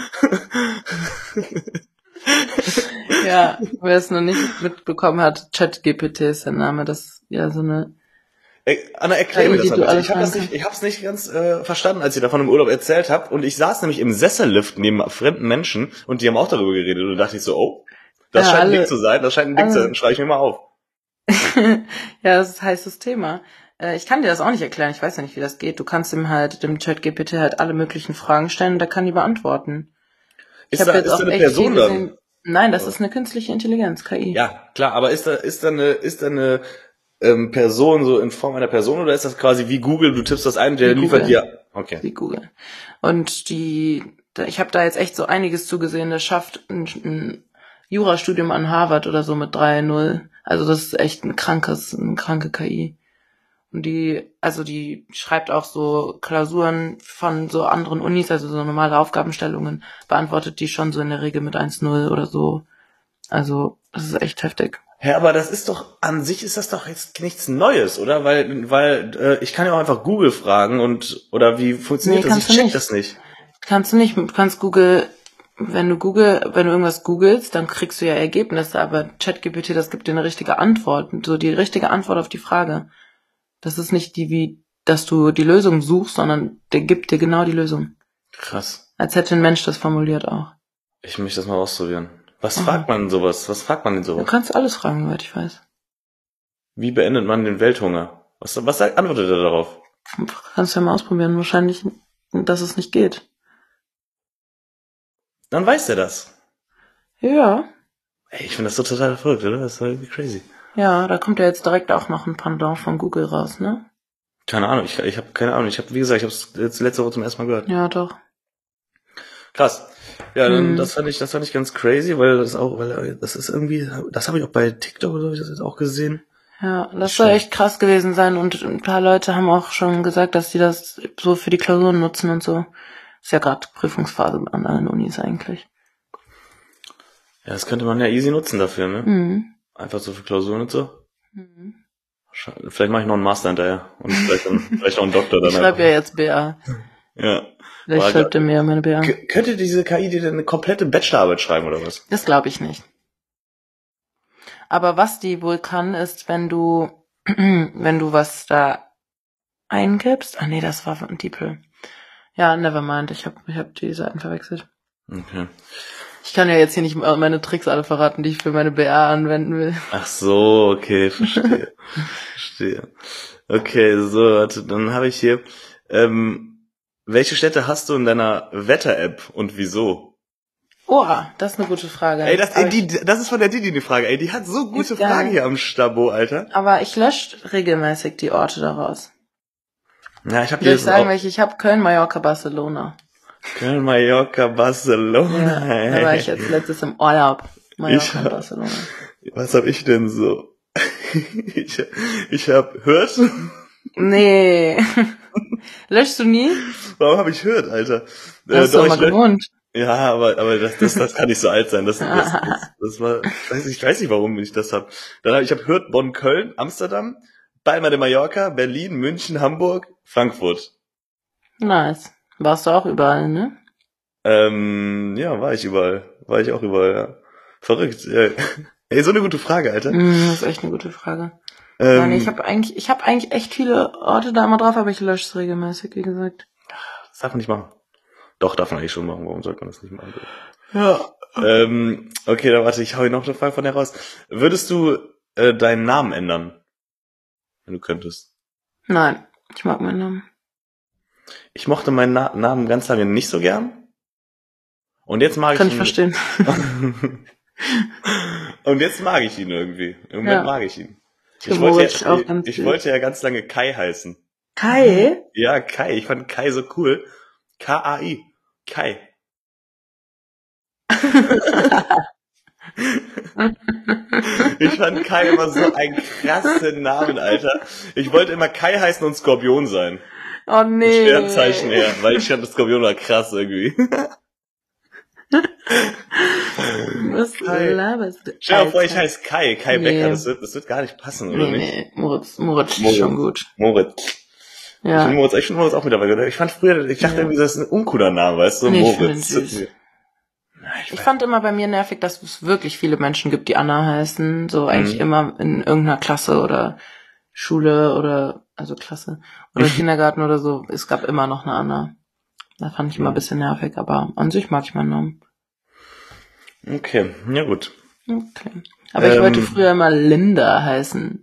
Ja, wer es noch nicht mitbekommen hat, ChatGPT ist der Name, das ist ja so eine... Ey, Anna, erklär mir das mal. Ich habe das nicht, ich hab's nicht ganz äh, verstanden, als ihr davon im Urlaub erzählt habt. Und ich saß nämlich im Sessellift neben fremden Menschen und die haben auch darüber geredet. Und da dachte ich so, oh, das ja, scheint alle, ein Ding zu sein, das scheint ein Ding alle. zu sein, dann schreibe ich mir mal auf. Ja, das ist ein heißes Thema. Äh, ich kann dir das auch nicht erklären, ich weiß ja nicht, wie das geht. Du kannst ihm halt, dem ChatGPT halt alle möglichen Fragen stellen und der kann die beantworten. Ist da, ist da eine Person dann? Nein, das ist eine künstliche Intelligenz, K I. Ja, klar, aber ist da, ist da eine, ist da eine ähm, Person so in Form einer Person oder ist das quasi wie Google, du tippst das ein, der wie liefert Google. dir... Okay. Wie Google. Und die, ich habe da jetzt echt so einiges zugesehen, das schafft ein, ein Jurastudium an Harvard oder so mit drei null. Also das ist echt ein krankes, eine kranke K I. Und die, also die schreibt auch so Klausuren von so anderen Unis, also so normale Aufgabenstellungen, beantwortet die schon so in der Regel mit eins null oder so. Also, das ist echt heftig. Ja, aber das ist doch, an sich ist das doch jetzt nichts Neues, oder? Weil, weil, äh, ich kann ja auch einfach Google fragen und, oder wie funktioniert nee, das? Ich check nicht. das nicht. Kannst du nicht, du kannst Google, wenn du Google, wenn du irgendwas googelst, dann kriegst du ja Ergebnisse, aber ChatGPT, das gibt dir eine richtige Antwort, so die richtige Antwort auf die Frage. Das ist nicht die, wie, dass du die Lösung suchst, sondern der gibt dir genau die Lösung. Krass. Als hätte ein Mensch das formuliert auch. Ich möchte das mal ausprobieren. Was mhm. fragt man denn sowas? Was fragt man denn sowas? Du kannst alles fragen, soweit ich weiß. Wie beendet man den Welthunger? Was, was sagt, antwortet er darauf? Kannst du ja mal ausprobieren. Wahrscheinlich, dass es nicht geht. Dann weiß er das. Ja. Ey, ich finde das so total verrückt, oder? Das ist irgendwie crazy. Ja, da kommt ja jetzt direkt auch noch ein Pendant von Google raus, ne? Keine Ahnung, ich, ich habe keine Ahnung. Ich habe, wie gesagt, ich habe es jetzt letzte Woche zum ersten Mal gehört. Ja, doch. Krass. Ja, dann, Mhm. das fand ich, das fand ich ganz crazy, weil das auch, weil das ist irgendwie, das habe ich auch bei TikTok oder so, hab ich das jetzt auch gesehen. Ja, das soll echt krass gewesen sein und ein paar Leute haben auch schon gesagt, dass die das so für die Klausuren nutzen und so. Ist ja gerade Prüfungsphase an allen Unis eigentlich. Ja, das könnte man ja easy nutzen dafür, ne? Mhm. Einfach so für Klausuren und so. Mhm. Vielleicht mache ich noch einen Master hinterher und vielleicht, dann, vielleicht noch einen Doktor danach. Ich schreibe ja jetzt B A. Ja. Vielleicht schreibt er mir ja meine B A. K- könnte diese K I dir denn eine komplette Bachelorarbeit schreiben oder was? Das glaube ich nicht. Aber was die wohl kann, ist, wenn du, wenn du was da eingibst. Ah nee, das war von DeepL. Ja, nevermind. Ich habe ich hab die Seiten verwechselt. Okay. Ich kann ja jetzt hier nicht meine Tricks alle verraten, die ich für meine B A anwenden will. Ach so, okay, verstehe. verstehe. Okay, so, warte, dann habe ich hier, ähm, welche Städte hast du in deiner Wetter-App und wieso? Oh, das ist eine gute Frage. Ey, das, ey, die, das ist von der Didi die Frage. Ey, die hat so gute Fragen hier am Stabo, Alter. Aber ich lösche regelmäßig die Orte daraus. Ja, ich habe hier. Soll ich sagen, welche? Ich habe Köln, Mallorca, Barcelona. Köln, Mallorca, Barcelona. Ja, da war ich jetzt letztes im Urlaub. Mallorca, ich hab, Barcelona. Was hab ich denn so? ich ich hab Hört. Nee. Löschst du nie? Warum hab ich Hört, Alter? Du hast äh, doch mal gewohnt. Ja, aber aber das das das kann nicht so alt sein. Das das, das, das war ich weiß, nicht, ich weiß nicht, warum ich das hab. Dann hab ich hab Hört, Bonn, Köln, Amsterdam, Palma de Mallorca, Berlin, München, Hamburg, Frankfurt. Nice. Warst du auch überall, ne? Ähm, ja, war ich überall. War ich auch überall, ja. Verrückt. Ja. Ey, so eine gute Frage, Alter. Mm, das ist echt eine gute Frage. Ähm, ja, nee, ich habe eigentlich ich habe eigentlich echt viele Orte da immer drauf, aber ich lösche es regelmäßig, wie gesagt. Das darf man nicht machen. Doch, darf man eigentlich schon machen. Warum sollte man das nicht machen? Ja. Ähm, okay, dann warte, ich hau hier noch eine Frage von der raus. Würdest du äh, deinen Namen ändern? Wenn du könntest. Nein, ich mag meinen Namen. Ich mochte meinen Na- Namen ganz lange nicht so gern. Und jetzt mag Kann ich ihn. Kann ich verstehen. Und jetzt mag ich ihn irgendwie. Im Moment ja. mag ich ihn. Ich, ich wollte, ich, ja, ich, ich wollte ja ganz lange Kai heißen. Kai? Ja, Kai. Ich fand Kai so cool. K A I. Kai. Ich fand Kai immer so einen krassen Namen, Alter. Ich wollte immer Kai heißen und Skorpion sein. Oh nee. Sternzeichen her, weil ich fand, das Skorpion war krass irgendwie. Was laberst du? Stell dir vor, ich heiße Kai, Kai nee. Becker. Das wird, das wird gar nicht passen, oder nee, nicht? Nee, Moritz, Moritz, Moritz ist schon gut. Moritz. Ja. Ich finde Moritz, ich find Moritz auch mittlerweile. Ich fand früher, ich dachte ja. irgendwie, das ist ein uncooler Name, weißt du? Nee, Moritz. Ich, ich, ich fand immer bei mir nervig, dass es wirklich viele Menschen gibt, die Anna heißen. So eigentlich mhm. immer in irgendeiner Klasse oder Schule oder, also Klasse, oder Kindergarten oder so. Es gab immer noch eine Anna. Da fand ich immer ein bisschen nervig, aber an sich mag ich meinen Namen. Okay, ja gut. Okay. Aber ähm, ich wollte früher immer Linda heißen.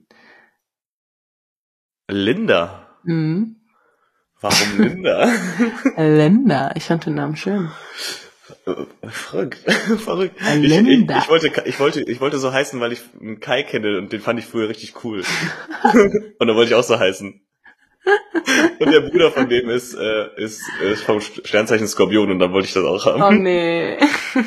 Linda? Mhm. Warum Linda? Linda, ich fand den Namen schön. Verrückt, verrückt. Linda. Ich, ich, ich, wollte, ich, wollte, ich wollte so heißen, weil ich einen Kai kenne und den fand ich früher richtig cool. Und dann wollte ich auch so heißen. Und der Bruder von dem ist, äh, ist, ist vom Sternzeichen Skorpion und dann wollte ich das auch haben. Oh nee.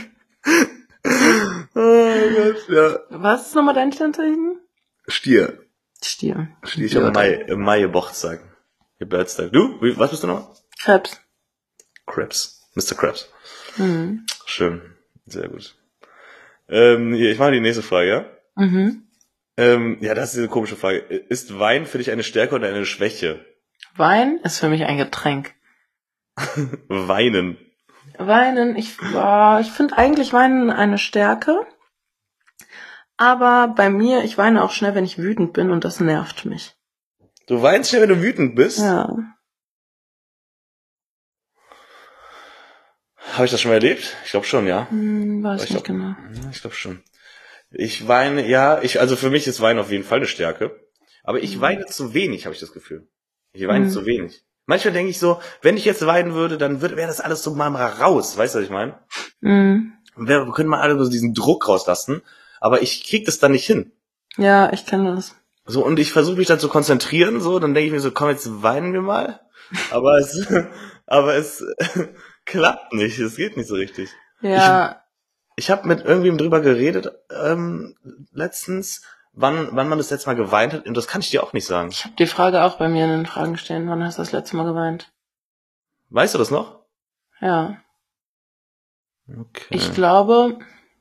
Oh Gott, ja. Was ist nochmal dein Sternzeichen? Stier. Stier. Stier. Ich habe im Mai, im Mai Geburtstag. Geburtstag. Du? Wie, was bist du noch? Krebs. Krebs. Mister Krebs. Mhm. Schön. Sehr gut. Ähm, hier, ich mache die nächste Frage, ja? Mhm. Ähm, ja, das ist eine komische Frage. Ist Wein für dich eine Stärke oder eine Schwäche? Wein ist für mich ein Getränk. Weinen. Weinen, ich, äh, ich finde eigentlich Weinen eine Stärke. Aber bei mir, ich weine auch schnell, wenn ich wütend bin und das nervt mich. Du weinst schnell, wenn du wütend bist? Ja. Habe ich das schon mal erlebt? Ich glaube schon, ja. Hm, weiß ich nicht glaub, genau. Ich glaube schon. Ich weine, ja, ich, also für mich ist Weinen auf jeden Fall eine Stärke. Aber ich mhm. weine zu wenig, habe ich das Gefühl. Ich weine mhm. zu wenig. Manchmal denke ich so, wenn ich jetzt weinen würde, dann würde wäre das alles so mal raus. Weißt du, was ich meine? Mhm. Wir, wir können mal alle so diesen Druck rauslassen. Aber ich krieg das dann nicht hin. Ja, ich kenne das. So, und ich versuche mich dann zu konzentrieren, so, dann denke ich mir so, komm, jetzt weinen wir mal. Aber es, aber es, klappt nicht, es geht nicht so richtig. Ja. Ich, ich habe mit irgendwem drüber geredet ähm, letztens, wann wann man das letzte Mal geweint hat. Und das kann ich dir auch nicht sagen. Ich habe die Frage auch bei mir in den Fragen stehen. Wann hast du das letzte Mal geweint? Weißt du das noch? Ja. Okay. Ich glaube...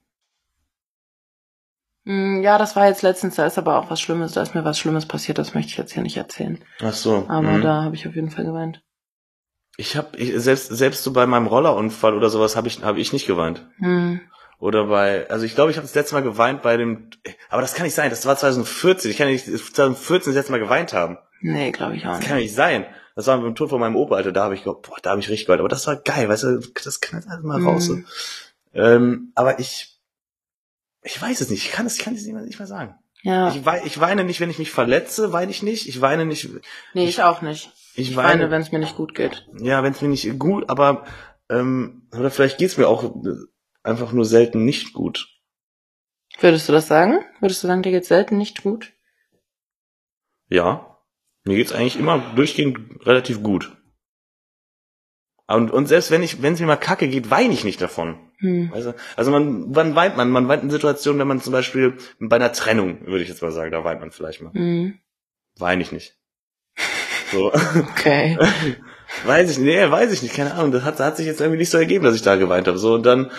Mh, ja, das war jetzt letztens, da ist aber auch was Schlimmes. Da ist mir was Schlimmes passiert, das möchte ich jetzt hier nicht erzählen. Ach so. Aber mhm. da habe ich auf jeden Fall geweint. Ich habe ich, selbst selbst so bei meinem Rollerunfall oder sowas habe ich habe ich nicht geweint. Hm. Oder bei, also ich glaube, ich habe das letzte Mal geweint bei dem, aber das kann nicht sein, das war zwanzig vierzehn, ich kann nicht zwanzig vierzehn das letzte Mal geweint haben. Nee, glaube ich auch nicht. Das kann nicht sein. Das war beim Tod von meinem Opa, Alter, da habe ich gedacht, boah, da habe ich richtig geweint, aber das war geil, weißt du, das kann jetzt alles mal raus. So. Hm. Ähm, aber ich, ich weiß es nicht, ich kann es, ich kann es nicht mehr, nicht mehr sagen. Ja. Ich, wei- ich weine nicht, wenn ich mich verletze, weine ich nicht, ich weine nicht. Nee, ich, ich auch nicht. Ich, ich weine, weine wenn es mir nicht gut geht. Ja, wenn es mir nicht gut, aber, ähm, oder vielleicht geht's mir auch einfach nur selten nicht gut. Würdest du das sagen? Würdest du sagen, dir geht's selten nicht gut? Ja, mir geht's eigentlich immer durchgehend relativ gut. Und, und selbst wenn ich, wenn es mir mal kacke geht, weine ich nicht davon. Hm. Also, also man, wann weint man? Man weint in Situationen, wenn man zum Beispiel bei einer Trennung, würde ich jetzt mal sagen, da weint man vielleicht mal. Hm. Weine ich nicht. So. Okay. Weiß ich nicht, nee, weiß ich nicht, keine Ahnung. Das hat, hat sich jetzt irgendwie nicht so ergeben, dass ich da geweint habe. So, und dann,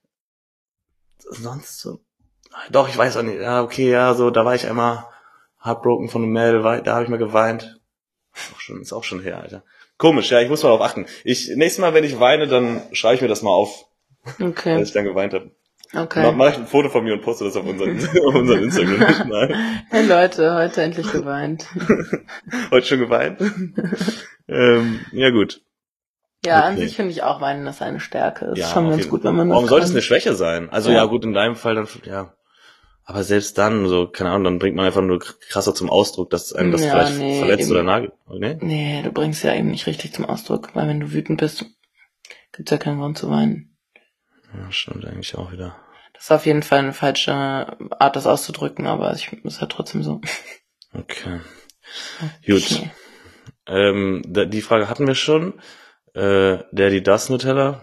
sonst so, doch, ich weiß auch nicht, ja, okay, ja, so, da war ich einmal heartbroken von einem Mädel, da habe ich mal geweint. Ist auch schon, ist auch schon her, Alter. Komisch, ja, ich muss mal darauf achten. Ich, nächstes Mal, wenn ich weine, dann schreibe ich mir das mal auf. Okay. Als ich dann geweint habe. Okay. Dann mache ich ein Foto von mir und poste das auf unseren, auf unseren Instagram-Kanal. Hey Leute, heute endlich geweint. Heute schon geweint? ähm, ja, gut. Ja, okay. An sich finde ich auch, weinen ist eine Stärke. Ist ja, schon ganz gut, wenn man das Warum sollte kann. es eine Schwäche sein? Also ja. ja, gut, in deinem Fall dann, ja. Aber selbst dann, so, keine Ahnung, dann bringt man einfach nur krasser zum Ausdruck, dass einen das ja, vielleicht nee, verletzt eben. oder nagelt. Nee? nee, du bringst ja eben nicht richtig zum Ausdruck, weil wenn du wütend bist, gibt's ja keinen Grund zu weinen. Ja, stimmt eigentlich auch wieder. Das ist auf jeden Fall eine falsche Art, das auszudrücken, aber ich ist halt trotzdem so. Okay. okay. Gut. Ähm, die Frage hatten wir schon. Äh, der, die, das Nutella.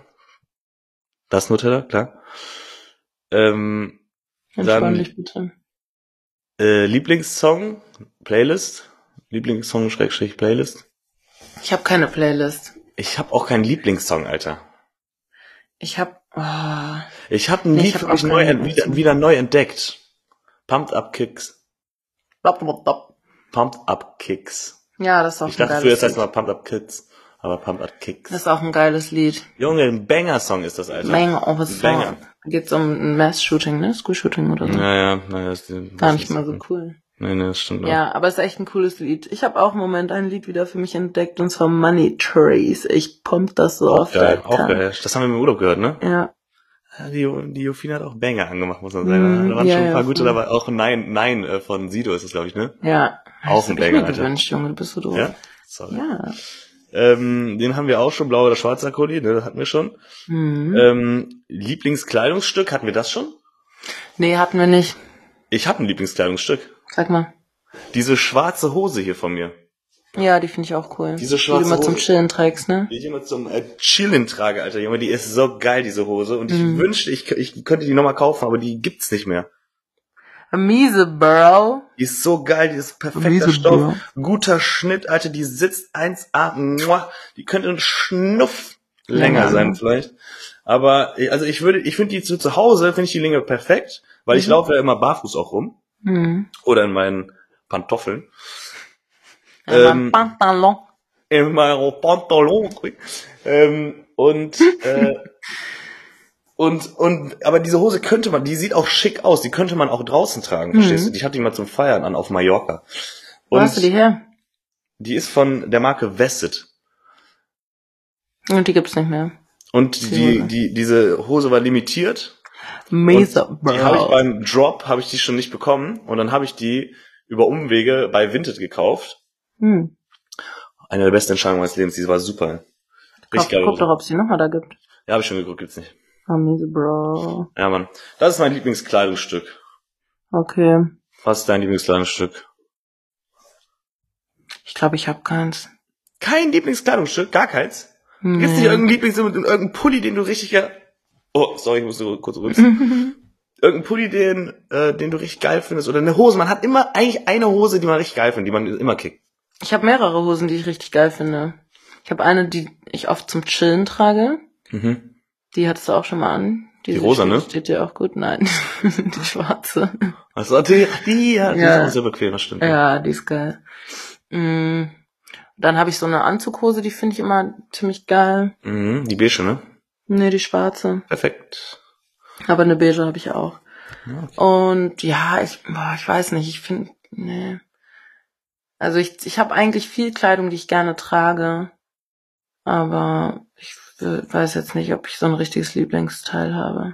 Das Nutella, klar. Ähm, Entspann dich bitte. Äh, Lieblingssong, Playlist. Lieblingssong, Schrägstrich, Playlist. Ich habe keine Playlist. Ich habe auch keinen Lieblingssong, Alter. Ich hab, oh. Ich habe ein nee, Lied für mich neu, wieder, wieder neu entdeckt. Pumped Up Kicks. Blop, blop, blop. Pumped Up Kicks. Ja, das ist auch ich ein geiles Lied. Ich dachte früher, das heißt mal Pumped Up Kids, aber Pumped Up Kicks. Das ist auch ein geiles Lied. Junge, ein Banger-Song ist das, Alter. Banger of a Song. Banger. Da geht's um ein Mass-Shooting, ne? School-Shooting oder so. Naja, naja. Das ist gar nicht mal so cool. Nee, nee, das stimmt auch. Ja, aber es ist echt ein cooles Lied. Ich habe auch im Moment ein Lied wieder für mich entdeckt, und zwar Money Trees. Ich pump das so auch oft. Geil, auch geil. Das haben wir im Urlaub gehört, ne? Ja. Die, die Jofina hat auch Banger angemacht, muss man sagen. Mm, da waren ja, schon ein paar ja, gute dabei. Auch Nein, Nein von Sido ist das, glaube ich, ne? Ja. Auch ein Banger, Alter. Gewünscht, Junge, du bist so doof. Ja? Sorry. Ja. Ähm, den haben wir auch schon, blau oder schwarzer Kuli, ne? Das hatten wir schon. Mhm. Ähm, Lieblingskleidungsstück, hatten wir das schon? Nee, hatten wir nicht. Ich habe ein Lieblingskleidungsstück. Sag mal. Diese schwarze Hose hier von mir. Ja, die finde ich auch cool. Diese schwarze die du immer Hose, zum Chillen trägst, ne? Die ich immer zum äh, Chillen trage, Alter, Junge. Die ist so geil, diese Hose. Und ich mm. wünschte, ich, ich könnte die nochmal kaufen, aber die gibt's nicht mehr. Miese, Bro. Die ist so geil, die ist perfekter Stoff. Bro. Guter Schnitt, Alter, die sitzt eins A. Die könnte ein Schnuff länger ja, sein vielleicht. Aber, also ich würde, ich finde die zu, zu Hause, finde ich die Länge perfekt, weil mhm. ich laufe ja immer barfuß auch rum. Mhm. Oder in meinen Pantoffeln. In ähm, meinem Pantalon. In meinem Pantalon. Ähm, und, äh, und, und, aber diese Hose könnte man, die sieht auch schick aus, die könnte man auch draußen tragen, mhm. verstehst du? Ich hatte die mal zum Feiern an auf Mallorca. Wo und hast du die her? Die ist von der Marke Vested. Und die gibt's nicht mehr. Und die, die, die diese Hose war limitiert. Mesa, die habe ich beim Drop, habe ich die schon nicht bekommen. Und dann habe ich die über Umwege bei Vinted gekauft. Hm. Eine der besten Entscheidungen meines Lebens, die war super. Richtig geil. Guck doch, ob es die nochmal da gibt. Ja, habe ich schon geguckt, gibt's nicht. Oh, miese Bro. Ja, Mann. Das ist mein Lieblingskleidungsstück. Okay. Was ist dein Lieblingskleidungsstück? Ich glaube, ich habe keins. Kein Lieblingskleidungsstück? Gar keins? Nee. Gibt's nicht irgendeinen Lieblings- und irgendeinen Pulli, den du richtig geil... Oh, sorry, ich muss nur kurz rübsen. Irgendeinen Pulli, den, äh, den du richtig geil findest. Oder eine Hose. Man hat immer eigentlich eine Hose, die man richtig geil findet, die man immer kickt. Ich habe mehrere Hosen, die ich richtig geil finde. Ich habe eine, die ich oft zum Chillen trage. Mhm. Die hattest du auch schon mal an. Die, die rosa, ne? Steht dir auch gut. Nein, die schwarze. Achso, die, die, ja, die ja. ist auch sehr bequem, das stimmt. Ja, die ist geil. Mhm. Dann habe ich so eine Anzughose, die finde ich immer ziemlich geil. Mhm, die beige, ne? Nee, die schwarze. Perfekt. Aber eine beige habe ich auch. Okay. Und ja, ich, boah, ich weiß nicht, ich finde, nee. Also ich, ich habe eigentlich viel Kleidung, die ich gerne trage. Aber ich weiß jetzt nicht, ob ich so ein richtiges Lieblingsteil habe.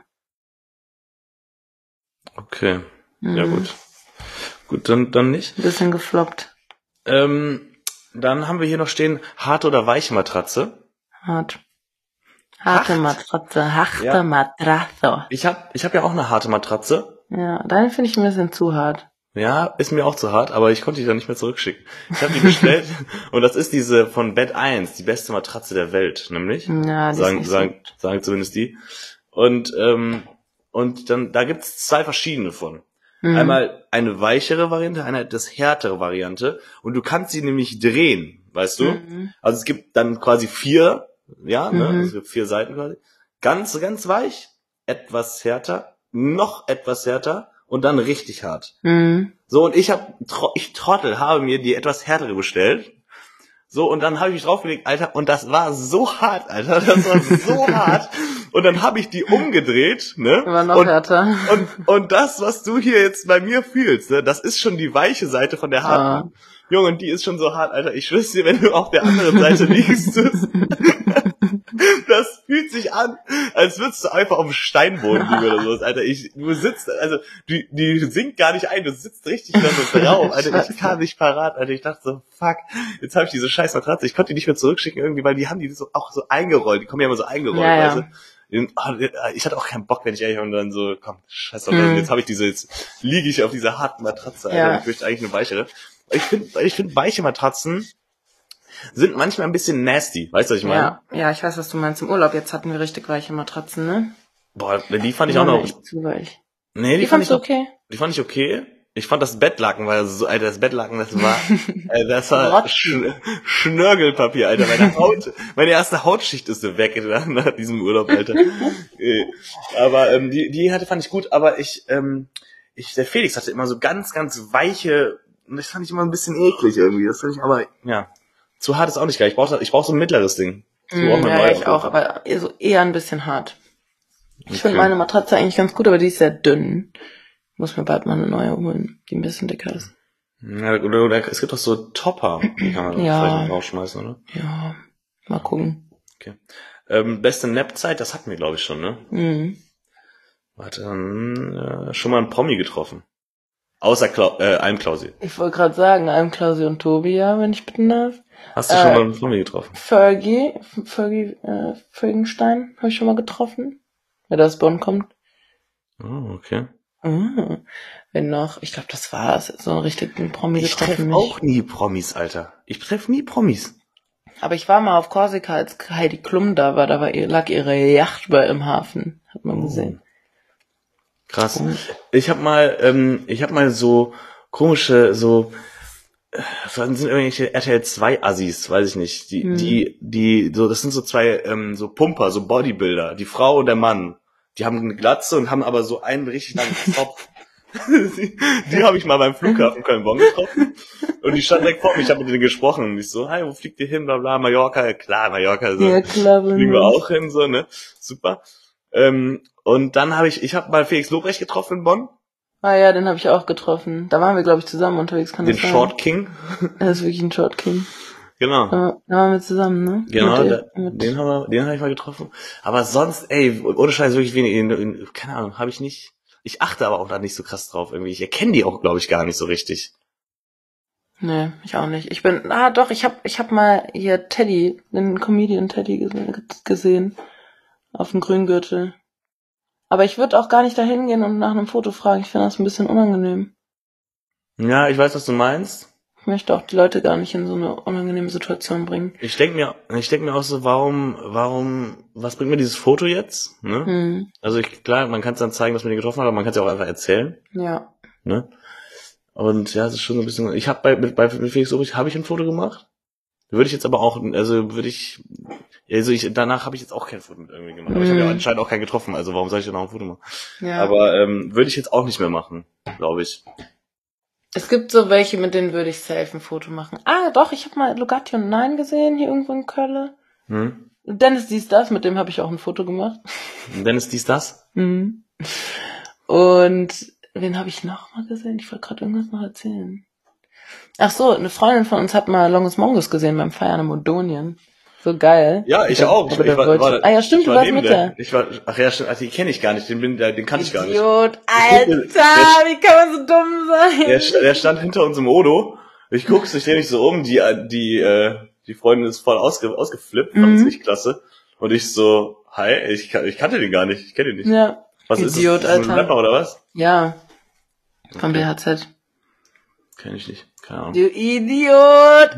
Okay. Mhm. Ja, gut. Gut, dann, dann nicht. Ein bisschen gefloppt. Ähm, dann haben wir hier noch stehen, harte oder weiche Matratze. Hart. Harte Hart. Matratze, harte ja. Matratze. Ich hab, ich hab ja auch eine harte Matratze. Ja, deine finde ich ein bisschen zu hart. Ja, ist mir auch zu hart, aber ich konnte die dann nicht mehr zurückschicken. Ich habe die bestellt und das ist diese von Bed eins, die beste Matratze der Welt, nämlich. Ja, die sagen, ist nicht sagen, so sagen zumindest die. Und ähm, und dann da gibt's zwei verschiedene von. Mhm. Einmal eine weichere Variante, eine etwas härtere Variante und du kannst sie nämlich drehen, weißt du? Mhm. Also es gibt dann quasi vier, ja, ne, mhm. es gibt vier Seiten quasi. Ganz ganz weich, etwas härter, noch etwas härter. Und dann richtig hart. Mhm. So, und ich hab, ich Trottel, habe mir die etwas härtere bestellt. So, und dann habe ich mich draufgelegt, Alter, und das war so hart, Alter, das war so hart. Und dann habe ich die umgedreht, ne? War noch und, härter. Und, und das, was du hier jetzt bei mir fühlst, ne, das ist schon die weiche Seite von der harten. Ah. Junge, und die ist schon so hart, Alter. Ich schwör's dir, wenn du auf der anderen Seite liegst, das fühlt sich an, als würdest du einfach auf dem Steinboden liegen oder sowas, Alter. Ich, du sitzt, also, die, die sinkt gar nicht ein, du sitzt richtig da so drauf, Alter. Ich kam nicht parat, Alter. Ich dachte so, fuck, jetzt habe ich diese scheiß Matratze. Ich konnte die nicht mehr zurückschicken irgendwie, weil die haben die so auch so eingerollt. Die kommen ja immer so eingerollt, ja, ja. weißt du. Ich hatte auch keinen Bock, wenn ich ehrlich war, und dann so, komm, scheiß drauf, hm. jetzt habe ich diese, jetzt liege ich auf dieser harten Matratze, Alter. Ja. Ich möchte eigentlich eine weichere. Ich finde, ich finde, weiche Matratzen sind manchmal ein bisschen nasty. Weißt du, was ich meine? Ja, ja, ich weiß, was du meinst. Im Urlaub jetzt hatten wir richtig weiche Matratzen, ne? Boah, die fand ich auch noch... Echt zu weich. Nee, die, die fand ich noch, okay? Die fand ich okay. Ich fand das Bettlaken war so, Alter, das Bettlaken, das war, äh, das war Sch Schnörgelpapier, Alter. Meine Haut, meine erste Hautschicht ist so weg nach, nach diesem Urlaub, Alter. Aber ähm, die, die hatte fand ich gut, aber ich, ähm, ich, der Felix hatte immer so ganz, ganz weiche, und das fand ich immer ein bisschen eklig irgendwie. Das fand ich aber, ja, zu hart ist auch nicht geil. Ich brauche ich brauch so ein mittleres Ding. So mm, auch ja, ich auch, aber eher, so eher ein bisschen hart. Ich okay. finde meine Matratze eigentlich ganz gut, aber die ist sehr dünn. Ich muss mir bald mal eine neue holen, die ein bisschen dicker ist. Ja, oder, oder es gibt auch so Topper, die kann man ja. vielleicht noch rausschmeißen, oder? Ja, mal gucken. Okay. Ähm, beste Nap-Zeit, das hatten wir, glaube ich, schon, ne? Mhm. Warte, dann äh, schon mal einen Promi getroffen. Außer Kla äh, Almklausi. Ich wollte gerade sagen, Almklausi und Tobi, ja, wenn ich bitten darf. Hast du äh, schon mal einen Promi getroffen? Fergie, Fergie, äh, Fergenstein habe ich schon mal getroffen. Wer da aus Bonn kommt. Oh, okay. Ah, wenn noch, ich glaube, das war's. So einen richtigen Promi ich getroffen. Ich treffe auch nie Promis, Alter. Ich treffe nie Promis. Aber ich war mal auf Korsika, als Heidi Klum da war, da war, lag ihre Yacht bei im Hafen. Hat man oh. gesehen. Krass. Ich habe mal, ähm, ich habe mal so komische, so, das sind irgendwelche R T L zwei Assis, weiß ich nicht. Die, hm. die, die, so, das sind so zwei, ähm, so Pumper, so Bodybuilder. Die Frau und der Mann. Die haben eine Glatze und haben aber so einen richtig langen Zopf. die die habe ich mal beim Flughafen Köln-Bonn getroffen. Und die stand direkt vor mir. Ich habe mit denen gesprochen. Und ich so, hi, wo fliegt ihr hin? Bla, bla, Mallorca. Ja, klar, Mallorca. So. Ja, klar. Fliegen wir auch hin, so, ne? Super. Ähm, und dann habe ich, ich habe mal Felix Lobrecht getroffen in Bonn. Ah ja, den habe ich auch getroffen. Da waren wir, glaube ich, zusammen unterwegs. Kann den Short King. Er ist wirklich ein Short King. Genau. Da, da waren wir zusammen, ne? Genau, mit, da, mit den haben wir, den habe ich mal getroffen. Aber sonst, ey, ohne Scheiß wirklich wenig, keine Ahnung, habe ich nicht. Ich achte aber auch da nicht so krass drauf irgendwie. Ich erkenne die auch, glaube ich, gar nicht so richtig. Nee, ich auch nicht. Ich bin, ah doch, ich habe ich hab mal hier Teddy, den Comedian Teddy gesehen. Auf dem Grüngürtel. Aber ich würde auch gar nicht da hingehen und nach einem Foto fragen. Ich finde das ein bisschen unangenehm. Ja, ich weiß, was du meinst. Ich möchte auch die Leute gar nicht in so eine unangenehme Situation bringen. Ich denke mir, ich denke mir auch so, warum, warum, was bringt mir dieses Foto jetzt? Ne? Hm. Also ich, klar, man kann es dann zeigen, dass man die getroffen hat, aber man kann es ja auch einfach erzählen. Ja. Ne? Und ja, es ist schon so ein bisschen. Ich habe bei mit, bei mit Felix Lobrecht habe ich ein Foto gemacht. Würde ich jetzt aber auch, also würde ich, also ich danach habe ich jetzt auch kein Foto mit irgendwie gemacht. Aber mhm. ich habe ja anscheinend auch keinen getroffen, also warum soll ich denn noch ein Foto machen? Ja. Aber ähm, würde ich jetzt auch nicht mehr machen, glaube ich. Es gibt so welche, mit denen würde ich safe ein Foto machen. Ah, doch, ich habe mal Logation neun gesehen, hier irgendwo in Köln. Hm? Dennis dies das, mit dem habe ich auch ein Foto gemacht. Dennis dies das? Mhm. Und wen habe ich noch mal gesehen? Ich wollte gerade irgendwas noch erzählen. Ach so, eine Freundin von uns hat mal Longus Mongus gesehen beim Feiern in Modonien. So geil. Ja, ich der, auch. Ich, ich war, war, ah ja, stimmt, du warst mit der. Ich war, ach ja, stimmt, also die kenne ich gar nicht, den, bin, den kann ich gar nicht. Idiot, Alter, der, wie kann man so dumm sein? Der, der stand hinter uns im Odo. Ich guck's, ich dreh mich so um, die, die, äh, die Freundin ist voll ausge, ausgeflippt, mhm. fand's nicht klasse. Und ich so, hi, ich, ich kannte den gar nicht, ich kenne den nicht. Ja. Was Idiot, ist das? Ist das ein Rapper oder was? Ja. Von okay. B H Z. Kenn ich nicht. Keine Ahnung. Du Idiot,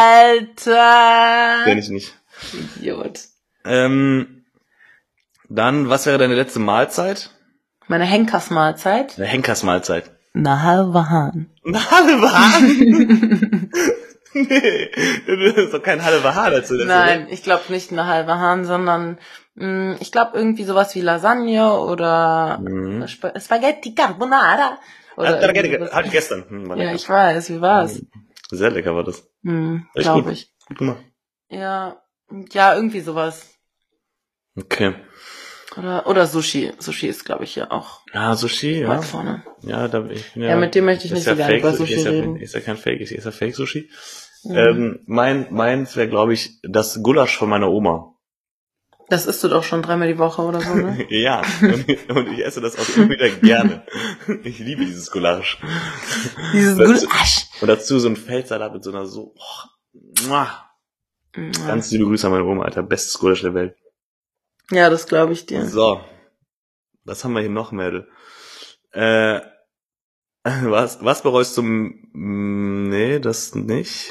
Alter. Kenn ich nicht. Idiot. Ähm, dann, was wäre deine letzte Mahlzeit? Meine Henkersmahlzeit? Eine Henkersmahlzeit. Eine halbe Hahn. Eine halbe Hahn? Nee, das ist doch kein halber Hahn dazu. Nein, oder? Ich glaube nicht eine halbe Hahn, sondern mh, ich glaube irgendwie sowas wie Lasagne oder mhm. Sp- Spaghetti Carbonara. Oder hatte ich gestern. Hm, ja, ich weiß, wie war's? Sehr lecker war das. Hm, glaube ich. Gut gemacht. Ja, ja, irgendwie sowas. Okay. Oder oder Sushi. Sushi ist, glaube ich, ja auch. Ja, Sushi, ja. Weit vorne. Ja, da ich bin ja. Ja, mit dem möchte ich nicht so ja gerne über Sushi ist ja, reden. Ist ja kein Fake, ist ja Fake Sushi. Mhm. Ähm, mein meins wäre, glaube ich, das Gulasch von meiner Oma. Das isst du doch schon dreimal die Woche oder so, ne? Ja, und ich, und ich esse das auch immer wieder gerne. Ich liebe dieses Gulasch. Dieses Gulasch. Und dazu so ein Feldsalat mit so einer so... Oh, muah. Ja. Ganz liebe Grüße an meine Oma, Alter. Bestes Gulasch der Welt. Ja, das glaube ich dir. So. Was haben wir hier noch, Mädel? Äh, was, was bereust du... Nee, das nicht.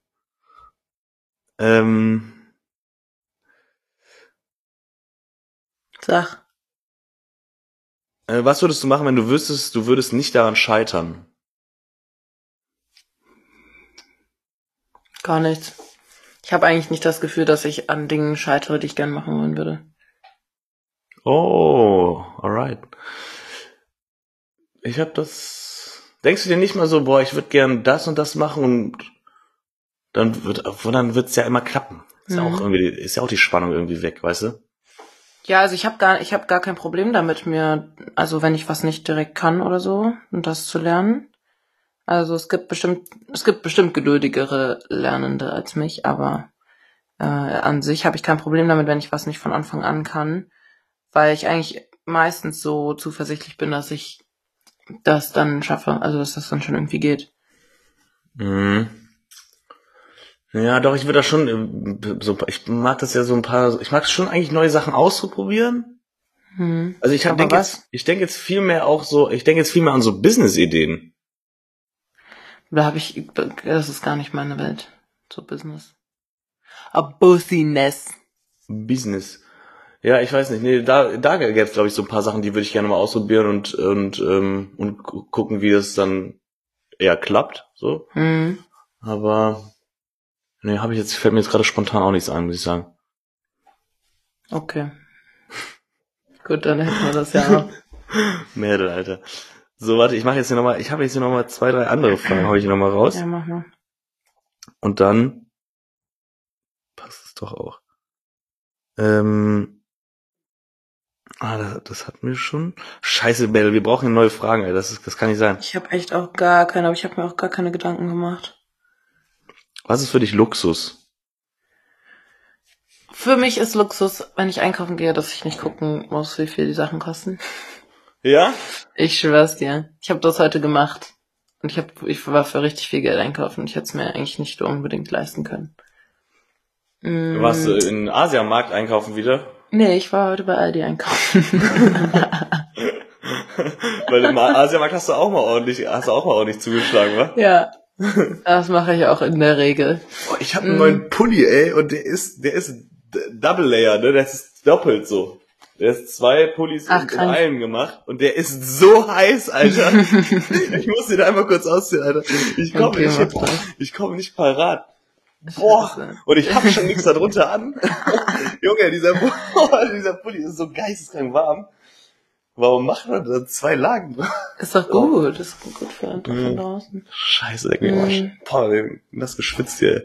Ähm... Sag. Äh, was würdest du machen, wenn du wüsstest, du würdest nicht daran scheitern? Gar nichts. Ich habe eigentlich nicht das Gefühl, dass ich an Dingen scheitere, die ich gern machen wollen würde. Oh, alright. Ich hab das... Denkst du dir nicht mal so, boah, ich würde gern das und das machen und dann wird, dann wird's ja immer klappen. Ist, mhm. ja auch irgendwie, ist ja auch die Spannung irgendwie weg, weißt du? Ja, also ich habe gar, ich habe gar kein Problem damit, mir, also wenn ich was nicht direkt kann oder so, und das zu lernen. Also es gibt bestimmt, es gibt bestimmt geduldigere Lernende als mich, aber äh, an sich habe ich kein Problem damit, wenn ich was nicht von Anfang an kann, weil ich eigentlich meistens so zuversichtlich bin, dass ich das dann schaffe, also dass das dann schon irgendwie geht. Mhm. Ja, doch, ich würde da schon, so, ich mag das ja so ein paar, ich mag schon eigentlich neue Sachen auszuprobieren. Hm. Also ich habe denke jetzt, ich denke jetzt viel mehr auch so, ich denke jetzt viel mehr an so Business-Ideen. Da habe ich, das ist gar nicht meine Welt, so Business. A Business. Business. Ja, ich weiß nicht, nee, da, da gäbe es glaube ich so ein paar Sachen, die würde ich gerne mal ausprobieren und und ähm, und gucken, wie das dann eher klappt, so. Hm. Aber nee, habe ich jetzt, fällt mir jetzt gerade spontan auch nichts ein, muss ich sagen. Okay. Gut, dann hätten wir das ja auch. Mädel, Alter. So, warte, ich mache jetzt hier nochmal, ich habe jetzt hier nochmal zwei, drei andere Fragen, hau ich hier nochmal raus. Ja, mach mal. Und dann passt es doch auch. Ähm, ah, das, das hatten wir schon. Scheiße, Mädel, wir brauchen neue Fragen, ey, das, ist, das kann nicht sein. Ich habe echt auch gar keine, aber ich habe mir auch gar keine Gedanken gemacht. Was ist für dich Luxus? Für mich ist Luxus, wenn ich einkaufen gehe, dass ich nicht gucken muss, wie viel die Sachen kosten. Ja? Ich schwör's dir. Ich habe das heute gemacht. Und ich hab, ich war für richtig viel Geld einkaufen. Ich hätte es mir eigentlich nicht unbedingt leisten können. Mm. Warst du in Asiamarkt einkaufen wieder? Nee, ich war heute bei Aldi einkaufen. Weil im Asiamarkt hast du auch mal ordentlich, hast du auch mal ordentlich zugeschlagen, wa? Ja. Das mache ich auch in der Regel. Boah, ich habe einen mm. neuen Pulli, ey, und der ist, der ist Double Layer, ne? Der ist doppelt so. Der ist zwei Pullis Ach, in, in einen gemacht und der ist so heiß, Alter. Ich muss den einmal kurz ausziehen, Alter. Ich komme okay, nicht, ich komme nicht parat. Boah, und ich habe schon nichts darunter an. Junge, dieser, boah, dieser Pulli ist so geisteskrank warm. Warum macht man da zwei Lagen? Ist doch gut, ist gut für einen Tag von draußen. Scheiße, der mm. Boah, das geschwitzt hier.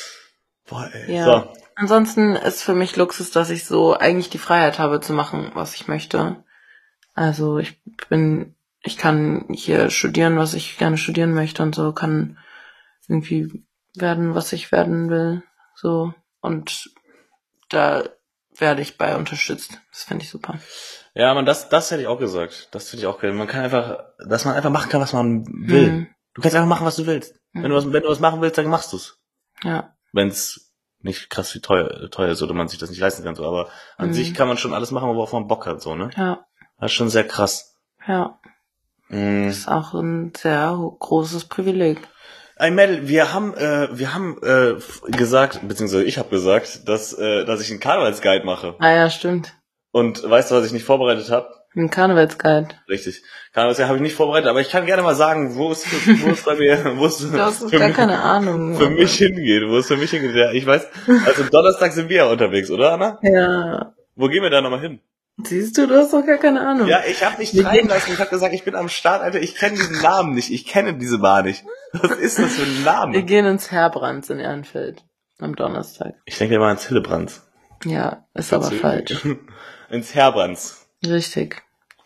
Boah, ey. Ja. So. Ansonsten ist für mich Luxus, dass ich so eigentlich die Freiheit habe zu machen, was ich möchte. Also ich bin, ich kann hier studieren, was ich gerne studieren möchte und so, kann irgendwie werden, was ich werden will, so. Und da werde ich bei unterstützt. Das finde ich super. Ja, man, das, das hätte ich auch gesagt. Das finde ich auch geil. Man kann einfach, dass man einfach machen kann, was man will. Mhm. Du kannst einfach machen, was du willst. Mhm. Wenn du was, wenn du was machen willst, dann machst du's. Ja. Wenn's nicht krass wie teuer, teuer ist oder man sich das nicht leisten kann, so. Aber an mhm. sich kann man schon alles machen, worauf man Bock hat, so, ne? Ja. Das ist schon sehr krass. Ja. Mhm. Das ist auch ein sehr großes Privileg. Ein Mädel, wir haben, äh, wir haben äh, gesagt, beziehungsweise ich habe gesagt, dass, äh, dass ich einen Karnevalsguide mache. Ah ja, stimmt. Und weißt du, was ich nicht vorbereitet habe? Ein Karnevalsguide. Richtig. Karnevalsguide habe ich nicht vorbereitet, aber ich kann gerne mal sagen, wo es, wo es bei mir, wo es du hast für gar mich, keine Ahnung, für mich hingeht, wo es für mich hingeht. Ja, ich weiß, also Donnerstag sind wir ja unterwegs, oder Anna? Ja. Wo gehen wir da nochmal hin? Siehst du, du hast doch gar keine Ahnung. Ja, ich habe nicht treiben lassen. Ich habe gesagt, ich bin am Start, Alter. Ich kenne diesen Namen nicht. Ich kenne diese Bar nicht. Was ist das für ein Name? Wir gehen ins Herbrands in Ehrenfeld am Donnerstag. Ich denke immer ins Hillebrands. Ja, ist aber falsch. Ins Herbrands. Richtig.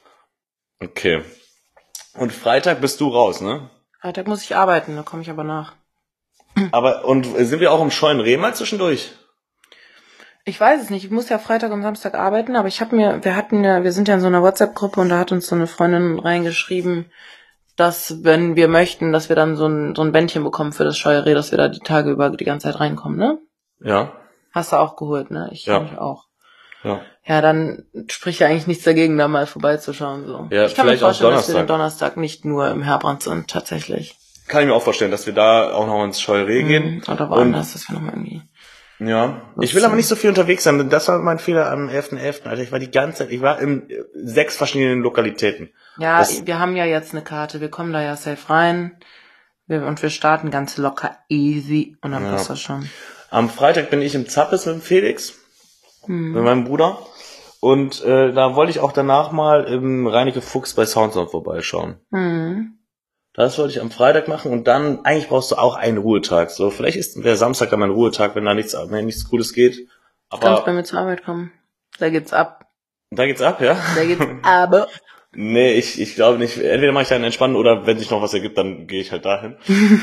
Okay. Und Freitag bist du raus, ne? Freitag muss ich arbeiten, da komme ich aber nach. Aber, und sind wir auch im scheuen Reh mal zwischendurch? Ich weiß es nicht. Ich muss ja Freitag und Samstag arbeiten, aber ich habe mir, wir hatten ja, wir sind ja in so einer WhatsApp-Gruppe und da hat uns so eine Freundin reingeschrieben, dass, wenn wir möchten, dass wir dann so ein, so ein Bändchen bekommen für das Scheureh, dass wir da die Tage über die ganze Zeit reinkommen, ne? Ja. Hast du auch geholt, ne? Ich ja. mich auch. Ja. Ja, dann spricht ja eigentlich nichts dagegen, da mal vorbeizuschauen, so. Ja, ich kann mir vorstellen, dass wir den Donnerstag nicht nur im Herbrands sind, tatsächlich. Kann ich mir auch vorstellen, dass wir da auch noch ins Scheureh gehen. Mhm, oder woanders, dass wir nochmal irgendwie... Ja, ich will aber nicht so viel unterwegs sein. Das war mein Fehler am elften elften Alter. Ich war die ganze Zeit, ich war in sechs verschiedenen Lokalitäten. Ja, das, wir haben ja jetzt eine Karte. Wir kommen da ja safe rein. Wir, und wir starten ganz locker easy. Und dann ja. passt das schon. Am Freitag bin ich im Zappes mit dem Felix. Hm. Mit meinem Bruder. Und äh, da wollte ich auch danach mal im Reineke Fuchs bei Soundsound vorbeischauen. Hm. Das wollte ich am Freitag machen und dann, eigentlich brauchst du auch einen Ruhetag. So, vielleicht ist der Samstag dann mein Ruhetag, wenn da nichts, wenn nichts Cooles geht. Aber du kannst bei mir zur Arbeit kommen. Da geht's ab. Da geht's ab, ja? Da geht's ab. Nee, ich, ich glaube nicht. Entweder mache ich da einen Entspannen oder wenn sich noch was ergibt, dann gehe ich halt dahin.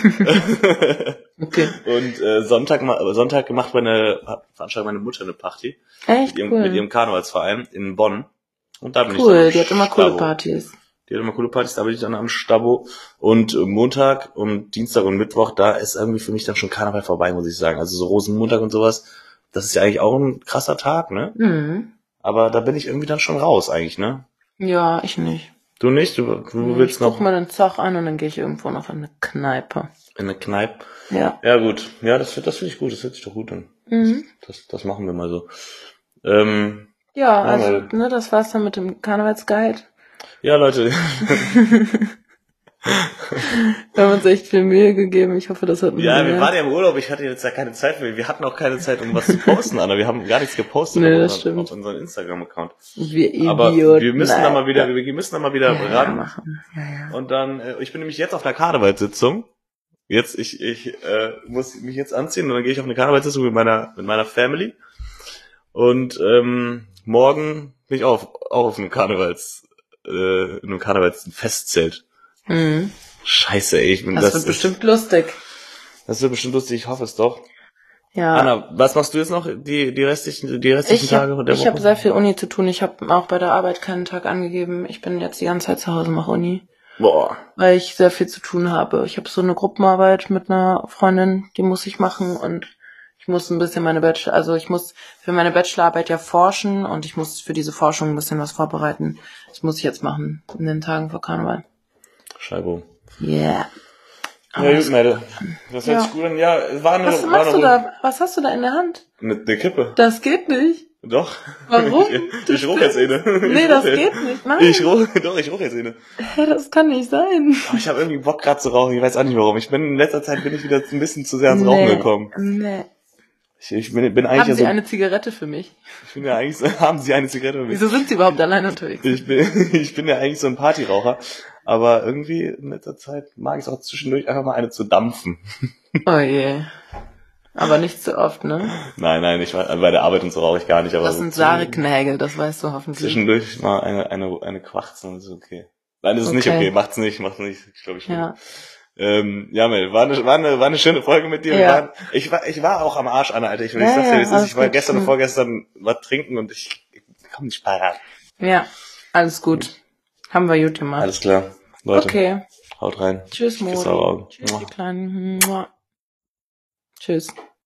Okay. Und äh, Sonntag, Sonntag macht meine, veranstaltet meine Mutter eine Party. Echt? Mit ihrem, cool. mit ihrem Karnevalsverein in Bonn. Und da bin cool, ich dann die hat immer coole Partys. Die hat immer coole Partys, da bin ich dann am Stabo. Und Montag und Dienstag und Mittwoch, da ist irgendwie für mich dann schon Karneval vorbei, muss ich sagen. Also so Rosenmontag und sowas, das ist ja eigentlich auch ein krasser Tag, ne? Mhm. Aber da bin ich irgendwie dann schon raus eigentlich, ne? Ja, ich nicht. Du nicht? Du, du nee, willst ich noch... Ich guck mal den Zach an und dann gehe ich irgendwo noch in eine Kneipe. In eine Kneipe? Ja. Ja, gut. Ja, das, das finde ich gut, das hört sich doch gut an. Mhm. Das, das machen wir mal so. Ähm, ja, also, ne, das war's dann mit dem Karnevalsguide. Ja, Leute. Wir haben uns echt viel Mühe gegeben. Ich hoffe, das hat mir Ja, wir waren ja im Urlaub. Ich hatte jetzt ja keine Zeit für. Wir hatten auch keine Zeit, um was zu posten, Anna. Wir haben gar nichts gepostet nee, auf, das unseren, stimmt. auf unseren Instagram-Account. Wir Idioten. Aber wir müssen da mal wieder, wir müssen da mal wieder ja, ran. Ja, machen. Ja, ja. Und dann, äh, ich bin nämlich jetzt auf einer Karnevalssitzung. Jetzt, ich, ich äh, muss mich jetzt anziehen und dann gehe ich auf eine Karnevalssitzung mit meiner, mit meiner Family. Und ähm, morgen bin ich auch, auch auf einem Karnevals in einem Karnevalsfestzelt. Mhm. Scheiße, ey. Ich bin, das, das wird ist, bestimmt lustig. Das wird bestimmt lustig, ich hoffe es doch. Ja. Anna, was machst du jetzt noch die, die restlichen, die restlichen ich Tage hab, der Ich Woche? habe sehr viel Uni zu tun. Ich habe auch bei der Arbeit keinen Tag angegeben. Ich bin jetzt die ganze Zeit zu Hause, mache Uni. Boah. Weil ich sehr viel zu tun habe. Ich habe so eine Gruppenarbeit mit einer Freundin, die muss ich machen und ich muss ein bisschen meine Bachelor, also ich muss für meine Bachelorarbeit ja forschen und ich muss für diese Forschung ein bisschen was vorbereiten. Das muss ich jetzt machen in den Tagen vor Karneval. Scheibo. Yeah. Ja, gut, Mädel. Das hört sich gut an. Ja, war eine, was war machst eine du da? Was hast du da in der Hand? Eine, eine Kippe. Das geht nicht. Doch. Warum? Ich, ich rufe jetzt eine. Nee, ich das jetzt. geht nicht. Nein. Ich rufe, doch, ich rufe jetzt eine. Hä, das kann nicht sein. Oh, ich habe irgendwie Bock gerade zu rauchen. Ich weiß auch nicht warum. Ich bin in letzter Zeit bin ich wieder ein bisschen zu sehr ans Nee. Rauchen gekommen. Nee. Ich, ich bin, bin eigentlich Haben ja Sie so. eine Zigarette für mich? Ich bin ja eigentlich so, haben Sie eine Zigarette für mich? Wieso sind Sie überhaupt allein unterwegs? Ich bin, ich bin ja eigentlich so ein Partyraucher. Aber irgendwie in letzter Zeit mag ich es auch zwischendurch einfach mal eine zu dampfen. Oh je. Aber nicht zu oft, ne? Nein, nein, ich war, bei der Arbeit und so rauche ich gar nicht. Aber Das so sind Sariknägel, das weißt du hoffentlich. Zwischendurch mal eine, eine, eine Quachzen, das ist okay. Nein, das ist Okay. nicht okay, macht's nicht, macht's nicht, ich glaube ich schon. Ja. Ähm, ja, Mel, war eine, war eine, war eine schöne Folge mit dir. Wir Ja. waren, ich war, ich war auch am Arsch, Anna, Alter. Ich, ich Ja, sag's dir, ja, wie es ist. alles Ich war gut. gestern und Hm. vorgestern was trinken und ich, ich komm nicht parat. Ja, alles gut. Haben wir gut gemacht. Alles klar. Leute, Okay. haut rein. Tschüss, Küsse Modi. eure Augen. Tschüss, die Kleinen. Tschüss.